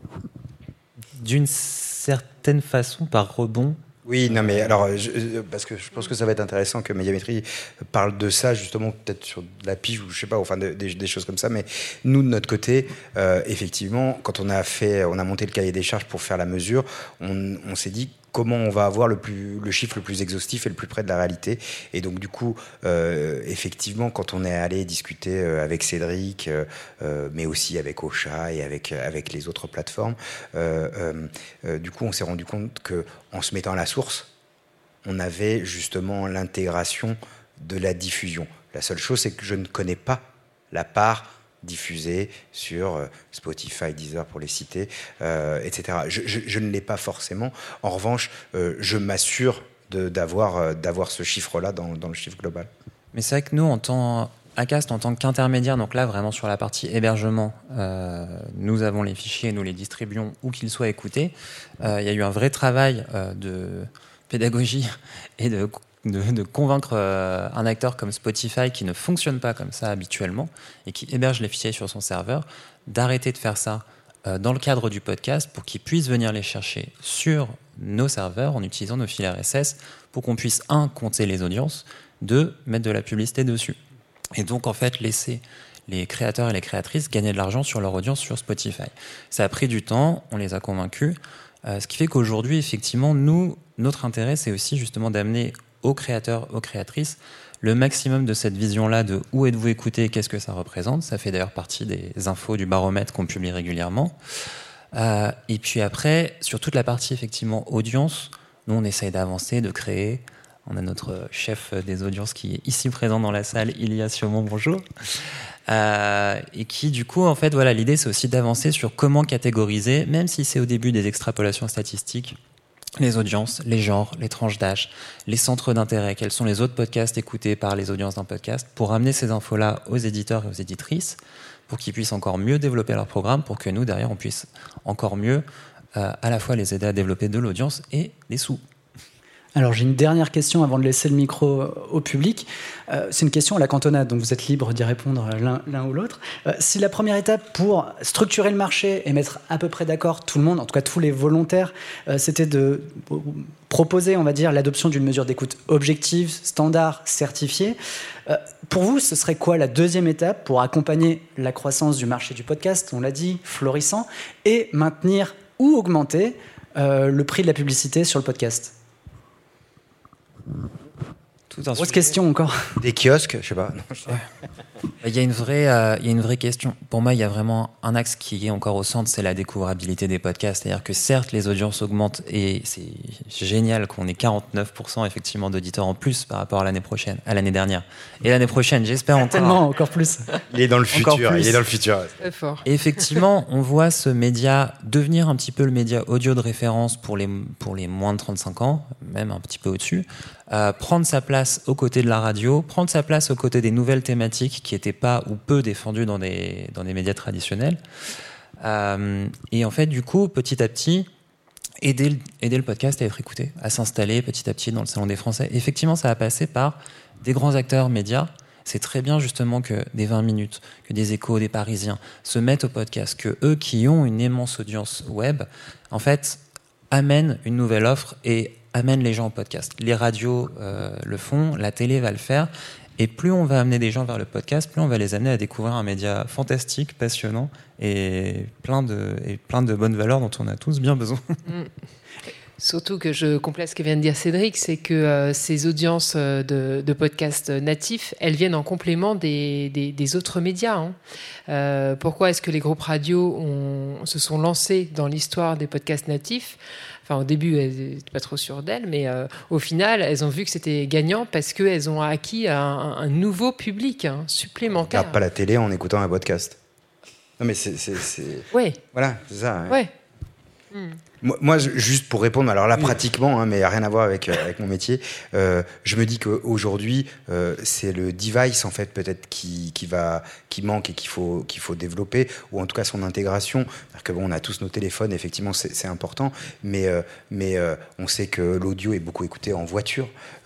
D'une certaine façon, par rebond. Oui, non, mais alors, je, parce que je pense que ça va être intéressant que Médiamétrie parle de ça, justement, peut-être sur de la pige ou je sais pas, enfin, de, de, des choses comme ça. Mais nous, de notre côté, euh, effectivement, quand on a fait, on a monté le cahier des charges pour faire la mesure, on, on s'est dit comment on va avoir le, plus, le chiffre le plus exhaustif et le plus près de la réalité. Et donc, du coup, euh, effectivement, quand on est allé discuter avec Cédric, euh, mais aussi avec Ocha et avec, avec les autres plateformes, euh, euh, euh, du coup, on s'est rendu compte qu'en se mettant à la source, on avait justement l'intégration de la diffusion. La seule chose, c'est que je ne connais pas la part diffusée sur Spotify, Deezer pour les citer, euh, et cetera. Je, je, je ne l'ai pas forcément. En revanche, euh, je m'assure de, d'avoir, euh, d'avoir ce chiffre-là dans, dans le chiffre global. Mais c'est vrai que nous, en tant Acast, en tant qu'intermédiaire, donc là vraiment sur la partie hébergement, euh, nous avons les fichiers, nous les distribuons où qu'ils soient écoutés. Euh, il y a eu un vrai travail euh, de pédagogie et de De, de convaincre euh, un acteur comme Spotify qui ne fonctionne pas comme ça habituellement et qui héberge les fichiers sur son serveur, d'arrêter de faire ça euh, dans le cadre du podcast pour qu'il puisse venir les chercher sur nos serveurs en utilisant nos fils R S S pour qu'on puisse, un, compter les audiences, deux, mettre de la publicité dessus. Et donc, en fait, laisser les créateurs et les créatrices gagner de l'argent sur leur audience sur Spotify. Ça a pris du temps, on les a convaincus, euh, ce qui fait qu'aujourd'hui, effectivement, nous, notre intérêt, c'est aussi justement d'amener aux créateurs, aux créatrices, le maximum de cette vision-là de où êtes-vous écouté, qu'est-ce que ça représente. Ça fait d'ailleurs partie des infos du baromètre qu'on publie régulièrement. Euh, et puis après, sur toute la partie effectivement audience, nous on essaye d'avancer, de créer. On a notre chef des audiences qui est ici présent dans la salle, Ilia Siomon, bonjour. Euh, et qui du coup, en fait, voilà, l'idée c'est aussi d'avancer sur comment catégoriser, même si c'est au début des extrapolations statistiques, les audiences, les genres, les tranches d'âge, les centres d'intérêt, quels sont les autres podcasts écoutés par les audiences d'un podcast, pour amener ces infos-là aux éditeurs et aux éditrices, pour qu'ils puissent encore mieux développer leur programme, pour que nous, derrière, on puisse encore mieux euh, à la fois les aider à développer de l'audience et des sous. Alors j'ai une dernière question avant de laisser le micro au public. Euh, c'est une question à la cantonade, donc vous êtes libre d'y répondre l'un, l'un ou l'autre. Euh, si la première étape pour structurer le marché et mettre à peu près d'accord tout le monde, en tout cas tous les volontaires, euh, c'était de proposer, on va dire, l'adoption d'une mesure d'écoute objective, standard, certifiée. Euh, pour vous, ce serait quoi la deuxième étape pour accompagner la croissance du marché du podcast, on l'a dit, florissant, et maintenir ou augmenter euh, le prix de la publicité sur le podcast ? Tout un Grosse question encore. Des kiosques, je sais pas. Non, je sais. Il y a une vraie, euh, il y a une vraie question. Pour moi, il y a vraiment un axe qui est encore au centre, c'est la découvrabilité des podcasts. C'est-à-dire que certes, les audiences augmentent et c'est génial qu'on ait quarante-neuf pour cent effectivement d'auditeurs en plus par rapport à l'année prochaine, à l'année dernière. Et l'année prochaine, j'espère encore. Tellement, encore plus. Il est dans le futur. Il est dans le futur. Très fort. Et effectivement, on voit ce média devenir un petit peu le média audio de référence pour les, pour les moins de trente-cinq ans, même un petit peu au-dessus. Euh, prendre sa place aux côtés de la radio, prendre sa place aux côtés des nouvelles thématiques qui n'étaient pas ou peu défendues dans des, dans des médias traditionnels. Euh, et en fait, du coup, petit à petit, aider, aider le podcast à être écouté, à s'installer petit à petit dans le Salon des Français. Effectivement, ça va passer par des grands acteurs médias. C'est très bien justement que des vingt minutes, que des Échos, des Parisiens se mettent au podcast, que eux qui ont une immense audience web, en fait, amènent une nouvelle offre et amènent les gens au podcast. Les radios euh, le font, la télé va le faire, et plus on va amener des gens vers le podcast, plus on va les amener à découvrir un média fantastique, passionnant et plein de, et plein de bonnes valeurs dont on a tous bien besoin. Surtout que je complète ce que vient de dire Cédric, c'est que euh, ces audiences euh, de, de podcasts natifs, elles viennent en complément des, des, des autres médias. Hein. Euh, pourquoi est-ce que les groupes radio ont, se sont lancés dans l'histoire des podcasts natifs ? Enfin, au début, elles n'étaient pas trop sûres d'elles, mais euh, au final, elles ont vu que c'était gagnant parce qu'elles ont acquis un, un nouveau public hein, supplémentaire. On regarde pas la télé en écoutant un podcast. Non, mais c'est... c'est, c'est... Ouais. Voilà, c'est ça. Ouais. Ouais. Hmm. Moi, moi, juste pour répondre, alors là, oui. pratiquement, hein, mais rien à voir avec, euh, avec mon métier, euh, je me dis qu'aujourd'hui, euh, c'est le device, en fait, peut-être qui, qui, va, qui manque et qu'il faut, qu'il faut développer, ou en tout cas son intégration. Parce que bon, on a tous nos téléphones, effectivement, c'est, c'est important, mais, euh, mais euh, on sait que l'audio est beaucoup écouté en voiture,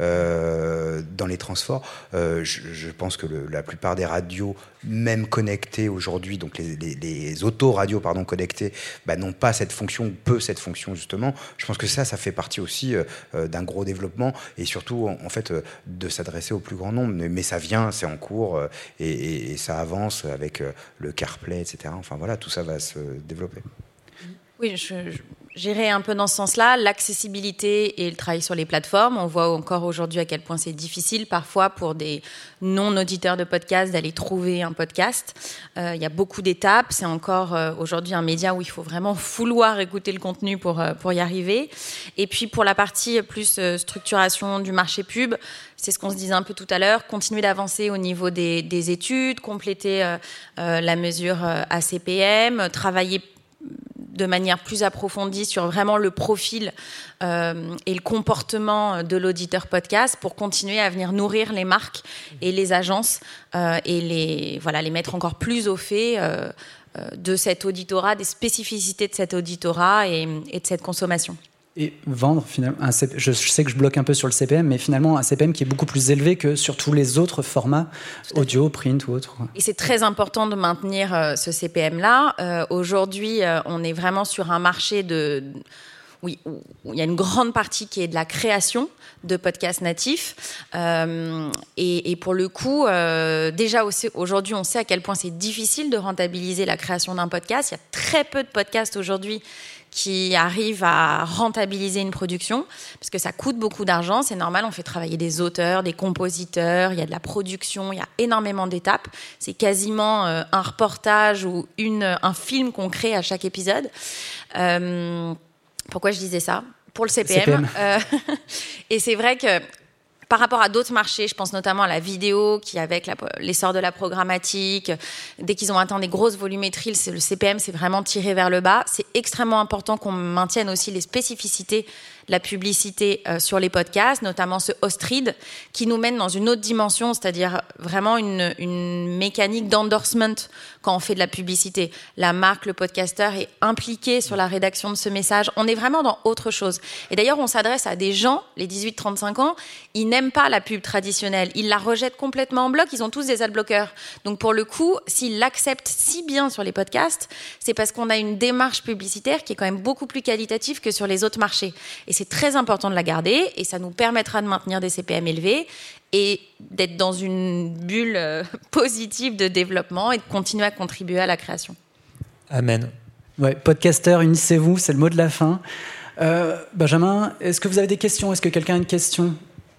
euh, dans les transports. Euh, je, je pense que le, la plupart des radios, même connectées aujourd'hui, donc les, les, les autoradios, pardon, connectées, bah, n'ont pas cette fonction, ou peu cette fonction justement. Je pense que ça, ça fait partie aussi euh, d'un gros développement et surtout en, en fait euh, de s'adresser au plus grand nombre. Mais, mais ça vient, c'est en cours euh, et, et, et ça avance avec euh, le CarPlay, et cetera. Enfin voilà, tout ça va se développer. Oui, je, je, j'irai un peu dans ce sens-là. L'accessibilité et le travail sur les plateformes. On voit encore aujourd'hui à quel point c'est difficile parfois pour des non-auditeurs de podcast d'aller trouver un podcast. Euh, il y a beaucoup d'étapes. C'est encore euh, aujourd'hui un média où il faut vraiment vouloir écouter le contenu pour, euh, pour y arriver. Et puis pour la partie plus euh, structuration du marché pub, c'est ce qu'on se disait un peu tout à l'heure, continuer d'avancer au niveau des, des études, compléter euh, euh, la mesure euh, A C P M, travailler de manière plus approfondie sur vraiment le profil euh, et le comportement de l'auditeur podcast pour continuer à venir nourrir les marques et les agences euh, et les, voilà, les mettre encore plus au fait euh, de cet auditorat, des spécificités de cet auditorat et, et de cette consommation. Et vendre, finalement, un C P M, je sais que je bloque un peu sur le C P M, mais finalement un C P M qui est beaucoup plus élevé que sur tous les autres formats, audio, print ou autre. Et c'est très important de maintenir euh, ce C P M-là. Euh, aujourd'hui, euh, on est vraiment sur un marché de... Oui, où il y a une grande partie qui est de la création de podcasts natifs. Euh, et, et pour le coup, euh, déjà aussi, aujourd'hui, on sait à quel point c'est difficile de rentabiliser la création d'un podcast. Il y a très peu de podcasts aujourd'hui qui arrivent à rentabiliser une production, parce que ça coûte beaucoup d'argent, c'est normal, on fait travailler des auteurs, des compositeurs, il y a de la production, il y a énormément d'étapes, c'est quasiment euh, un reportage ou une, un film qu'on crée à chaque épisode. Euh, pourquoi je disais ça ? Pour le C P M. C P M. Euh, et c'est vrai que par rapport à d'autres marchés, je pense notamment à la vidéo, qui avec la, l'essor de la programmatique, dès qu'ils ont atteint des grosses volumétries, le C P M c'est vraiment tiré vers le bas. C'est extrêmement important qu'on maintienne aussi les spécificités de la publicité euh, sur les podcasts, notamment ce host read, qui nous mène dans une autre dimension, c'est-à-dire vraiment une, une mécanique d'endorsement quand on fait de la publicité. La marque, le podcasteur est impliqué sur la rédaction de ce message. On est vraiment dans autre chose. Et d'ailleurs, on s'adresse à des gens, les dix-huit trente-cinq ans, ils n'aiment pas la pub traditionnelle. Ils la rejettent complètement en bloc. Ils ont tous des adblockers. Donc pour le coup, s'ils l'acceptent si bien sur les podcasts, c'est parce qu'on a une démarche publicitaire qui est quand même beaucoup plus qualitative que sur les autres marchés. Et c'est très important de la garder et ça nous permettra de maintenir des C P M élevés et d'être dans une bulle euh, positive de développement et de continuer à contribuer à la création. Amen. Ouais, podcasteurs, unissez-vous, c'est le mot de la fin. Euh, Benjamin, est-ce que vous avez des questions ? Est-ce que quelqu'un a une question ?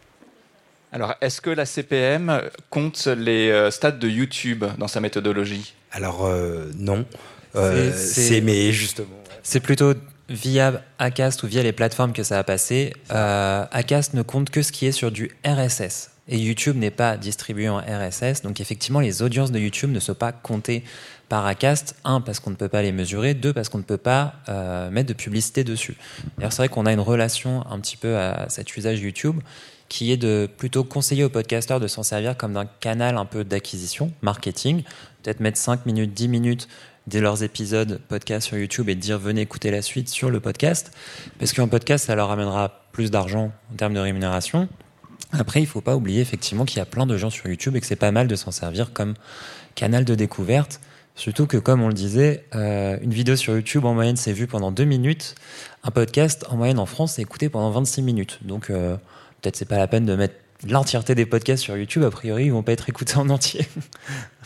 Alors, est-ce que la C P M compte les euh, stats de YouTube dans sa méthodologie ? Alors, euh, non. Euh, c'est, c'est, c'est, mais justement... Ouais. C'est plutôt via Acast ou via les plateformes que ça a passé. Euh, Acast ne compte que ce qui est sur du R S S. Et YouTube n'est pas distribué en R S S. Donc, effectivement, les audiences de YouTube ne sont pas comptées par Acast. Un, parce qu'on ne peut pas les mesurer. Deux, parce qu'on ne peut pas euh, mettre de publicité dessus. D'ailleurs, c'est vrai qu'on a une relation un petit peu à cet usage YouTube qui est de plutôt conseiller aux podcasteurs de s'en servir comme d'un canal un peu d'acquisition, marketing. Peut-être mettre cinq minutes, dix minutes dès leurs épisodes podcast sur YouTube et de dire venez écouter la suite sur le podcast. Parce qu'un podcast, ça leur amènera plus d'argent en termes de rémunération. Après, il ne faut pas oublier effectivement qu'il y a plein de gens sur YouTube et que c'est pas mal de s'en servir comme canal de découverte. Surtout que, comme on le disait, euh, une vidéo sur YouTube, en moyenne, c'est vu pendant deux minutes. Un podcast, en moyenne, en France, c'est écouté pendant vingt-six minutes. Donc, euh, peut-être c'est pas la peine de mettre l'entièreté des podcasts sur YouTube. A priori, ils vont pas être écoutés en entier.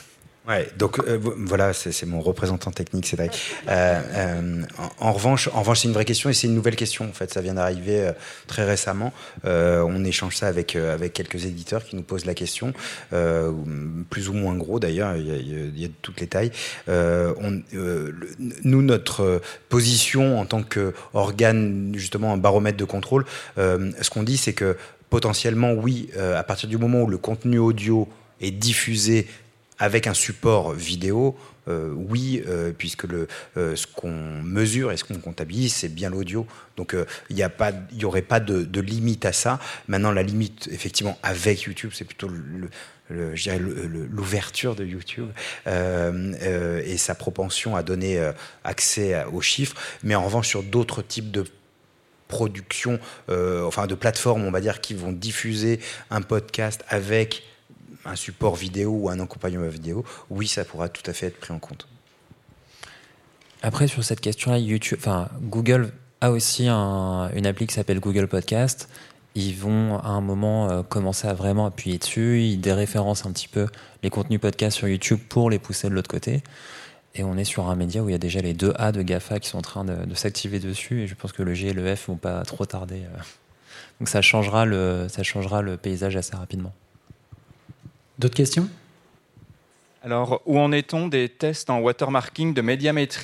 Ouais, donc euh, voilà, c'est, c'est mon représentant technique, Cédric. Euh, euh, en, en revanche, en revanche, c'est une vraie question et c'est une nouvelle question. En fait, ça vient d'arriver euh, très récemment. Euh, on échange ça avec euh, avec quelques éditeurs qui nous posent la question, euh, plus ou moins gros d'ailleurs. Il y a, il y a de toutes les tailles. Euh, on, euh, le, nous, notre position en tant qu'organe, justement, un baromètre de contrôle, euh, ce qu'on dit, c'est que potentiellement, oui, euh, à partir du moment où le contenu audio est diffusé avec un support vidéo, euh, oui, euh, puisque le, euh, ce qu'on mesure et ce qu'on comptabilise, c'est bien l'audio. Donc, il n'y a pas, il y aurait pas de, de limite à ça. Maintenant, la limite, effectivement, avec YouTube, c'est plutôt le, le, je dirais le, le, l'ouverture de YouTube euh, euh, et sa propension à donner euh, accès à, aux chiffres. Mais en revanche, sur d'autres types de productions, euh, enfin de plateformes, on va dire, qui vont diffuser un podcast avec un support vidéo ou un accompagnement vidéo, oui, ça pourra tout à fait être pris en compte. Après, sur cette question-là, YouTube, enfin, Google a aussi un, une appli qui s'appelle Google Podcast. Ils vont à un moment euh, commencer à vraiment appuyer dessus. Ils déréférencent un petit peu les contenus podcast sur YouTube pour les pousser de l'autre côté. Et on est sur un média où il y a déjà les deux A de GAFA qui sont en train de, de s'activer dessus. Et je pense que le G et le F vont pas trop tarder. Donc ça changera le, ça changera le paysage assez rapidement. D'autres questions ? Alors, où en est-on des tests en watermarking de médiamétrie ?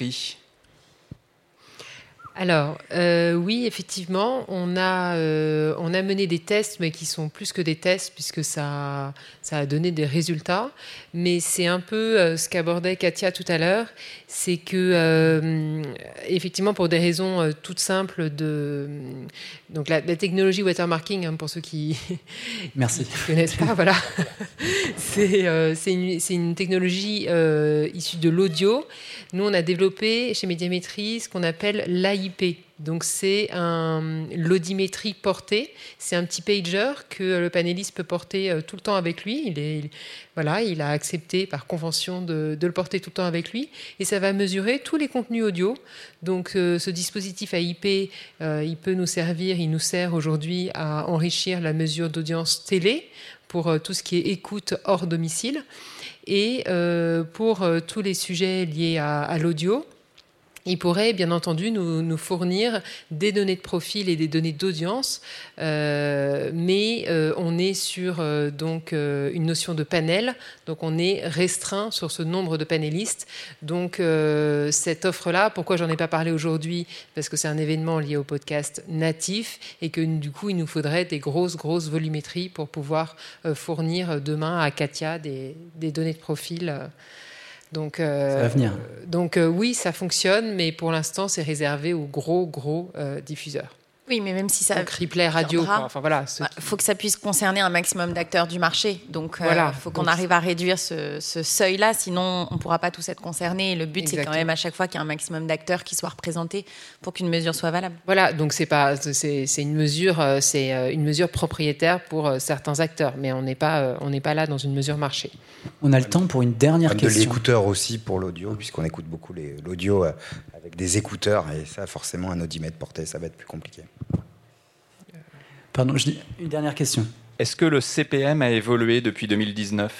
Alors, euh, oui, effectivement, on a, euh, on a mené des tests, mais qui sont plus que des tests, puisque ça, ça a donné des résultats. Mais c'est un peu euh, ce qu'abordait Katia tout à l'heure, c'est que, euh, effectivement, pour des raisons euh, toutes simples, de, donc la, la technologie watermarking, hein, pour ceux qui Merci. ne connaissent pas, voilà, c'est, euh, c'est, une, c'est une technologie euh, issue de l'audio. Nous, on a développé chez Médiamétrie ce qu'on appelle l'A I P. Donc, c'est un, l'audimétrie portée. C'est un petit pager que le panéliste peut porter euh, tout le temps avec lui. Il, est, il, voilà, il a accepté par convention de, de le porter tout le temps avec lui. Et ça va mesurer tous les contenus audio. Donc, euh, ce dispositif A I P, euh, il peut nous servir, il nous sert aujourd'hui à enrichir la mesure d'audience télé pour euh, tout ce qui est écoute hors domicile. Et euh, pour euh, tous les sujets liés à, à l'audio, il pourrait bien entendu nous, nous fournir des données de profil et des données d'audience, euh, mais euh, on est sur euh, donc, euh, une notion de panel, donc on est restreint sur ce nombre de panélistes. Donc euh, cette offre-là, pourquoi j'en ai pas parlé aujourd'hui ? Parce que c'est un événement lié au podcast natif et que du coup il nous faudrait des grosses, grosses volumétries pour pouvoir euh, fournir demain à Katia des, des données de profil. Euh, Donc, euh, ça va venir. Donc euh, oui, ça fonctionne, mais pour l'instant, c'est réservé aux gros, gros euh, diffuseurs. Oui, mais même si ça. Donc, replay radio. viendra, Quoi. Enfin, voilà, ce... bah, faut que ça puisse concerner un maximum d'acteurs du marché. Donc, il voilà. euh, faut qu'on Donc, arrive à réduire ce, ce seuil-là, sinon on ne pourra pas tous être concernés. Et le but, Exactement. c'est quand même à chaque fois qu'il y a un maximum d'acteurs qui soient représentés pour qu'une mesure soit valable. Voilà, donc c'est pas, c'est, c'est une mesure, c'est une mesure propriétaire pour certains acteurs, mais on n'est pas, on n'est pas là dans une mesure marché. On a le temps pour une dernière Comme question. De l'écouteur aussi pour l'audio, puisqu'on écoute beaucoup les, l'audio avec des écouteurs, et ça, forcément, un audimètre porté, ça va être plus compliqué. Pardon, je dis une dernière question. Est-ce que le C P M a évolué depuis deux mille dix-neuf ?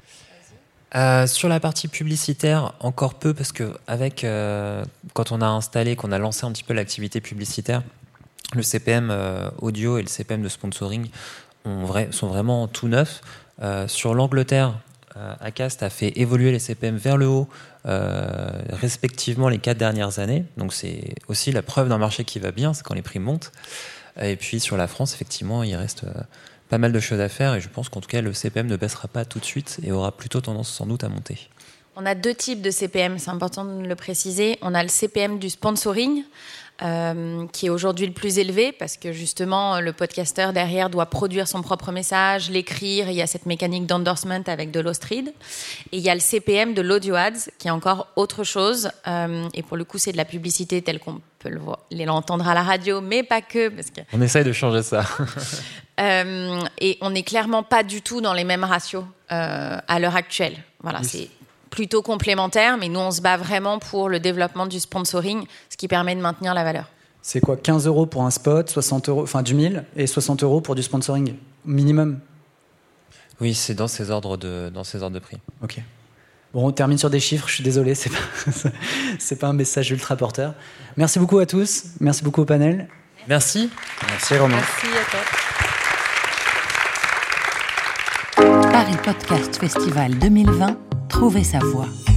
Euh, sur la partie publicitaire, encore peu, parce que avec, euh, quand on a installé, qu'on a lancé un petit peu l'activité publicitaire, le C P M euh, audio et le C P M de sponsoring ont vrai, sont vraiment tout neufs. Euh, sur l'Angleterre, euh, Acast a fait évoluer les C P M vers le haut, euh, respectivement les quatre dernières années. Donc c'est aussi la preuve d'un marché qui va bien, c'est quand les prix montent. Et puis sur la France, effectivement, il reste euh, pas mal de choses à faire et je pense qu'en tout cas, le C P M ne baissera pas tout de suite et aura plutôt tendance sans doute à monter. On a deux types de C P M, c'est important de le préciser. On a le C P M du sponsoring, euh, qui est aujourd'hui le plus élevé parce que justement, le podcasteur derrière doit produire son propre message, l'écrire. Il y a cette mécanique d'endorsement avec de l'Ostrid. Et il y a le C P M de l'audio ads, qui est encore autre chose. Euh, et pour le coup, c'est de la publicité telle qu'on peut le voir, l'entendre à la radio, mais pas que. Parce que, on essaye de changer ça. euh, et on n'est clairement pas du tout dans les mêmes ratios euh, à l'heure actuelle. Voilà, oui. C'est plutôt complémentaire, mais nous, on se bat vraiment pour le développement du sponsoring, ce qui permet de maintenir la valeur. C'est quoi, quinze euros pour un spot, soixante euros, enfin du mille, et soixante euros pour du sponsoring, minimum ? Oui, c'est dans ces ordres de, dans ces ordres de prix. Ok. Bon, on termine sur des chiffres, je suis désolé, c'est pas, c'est pas un message ultra porteur. Merci beaucoup à tous, merci beaucoup au panel. Merci. Merci Romain. Merci à Paris toi. Podcast Festival deux mille vingt, trouvez sa voix.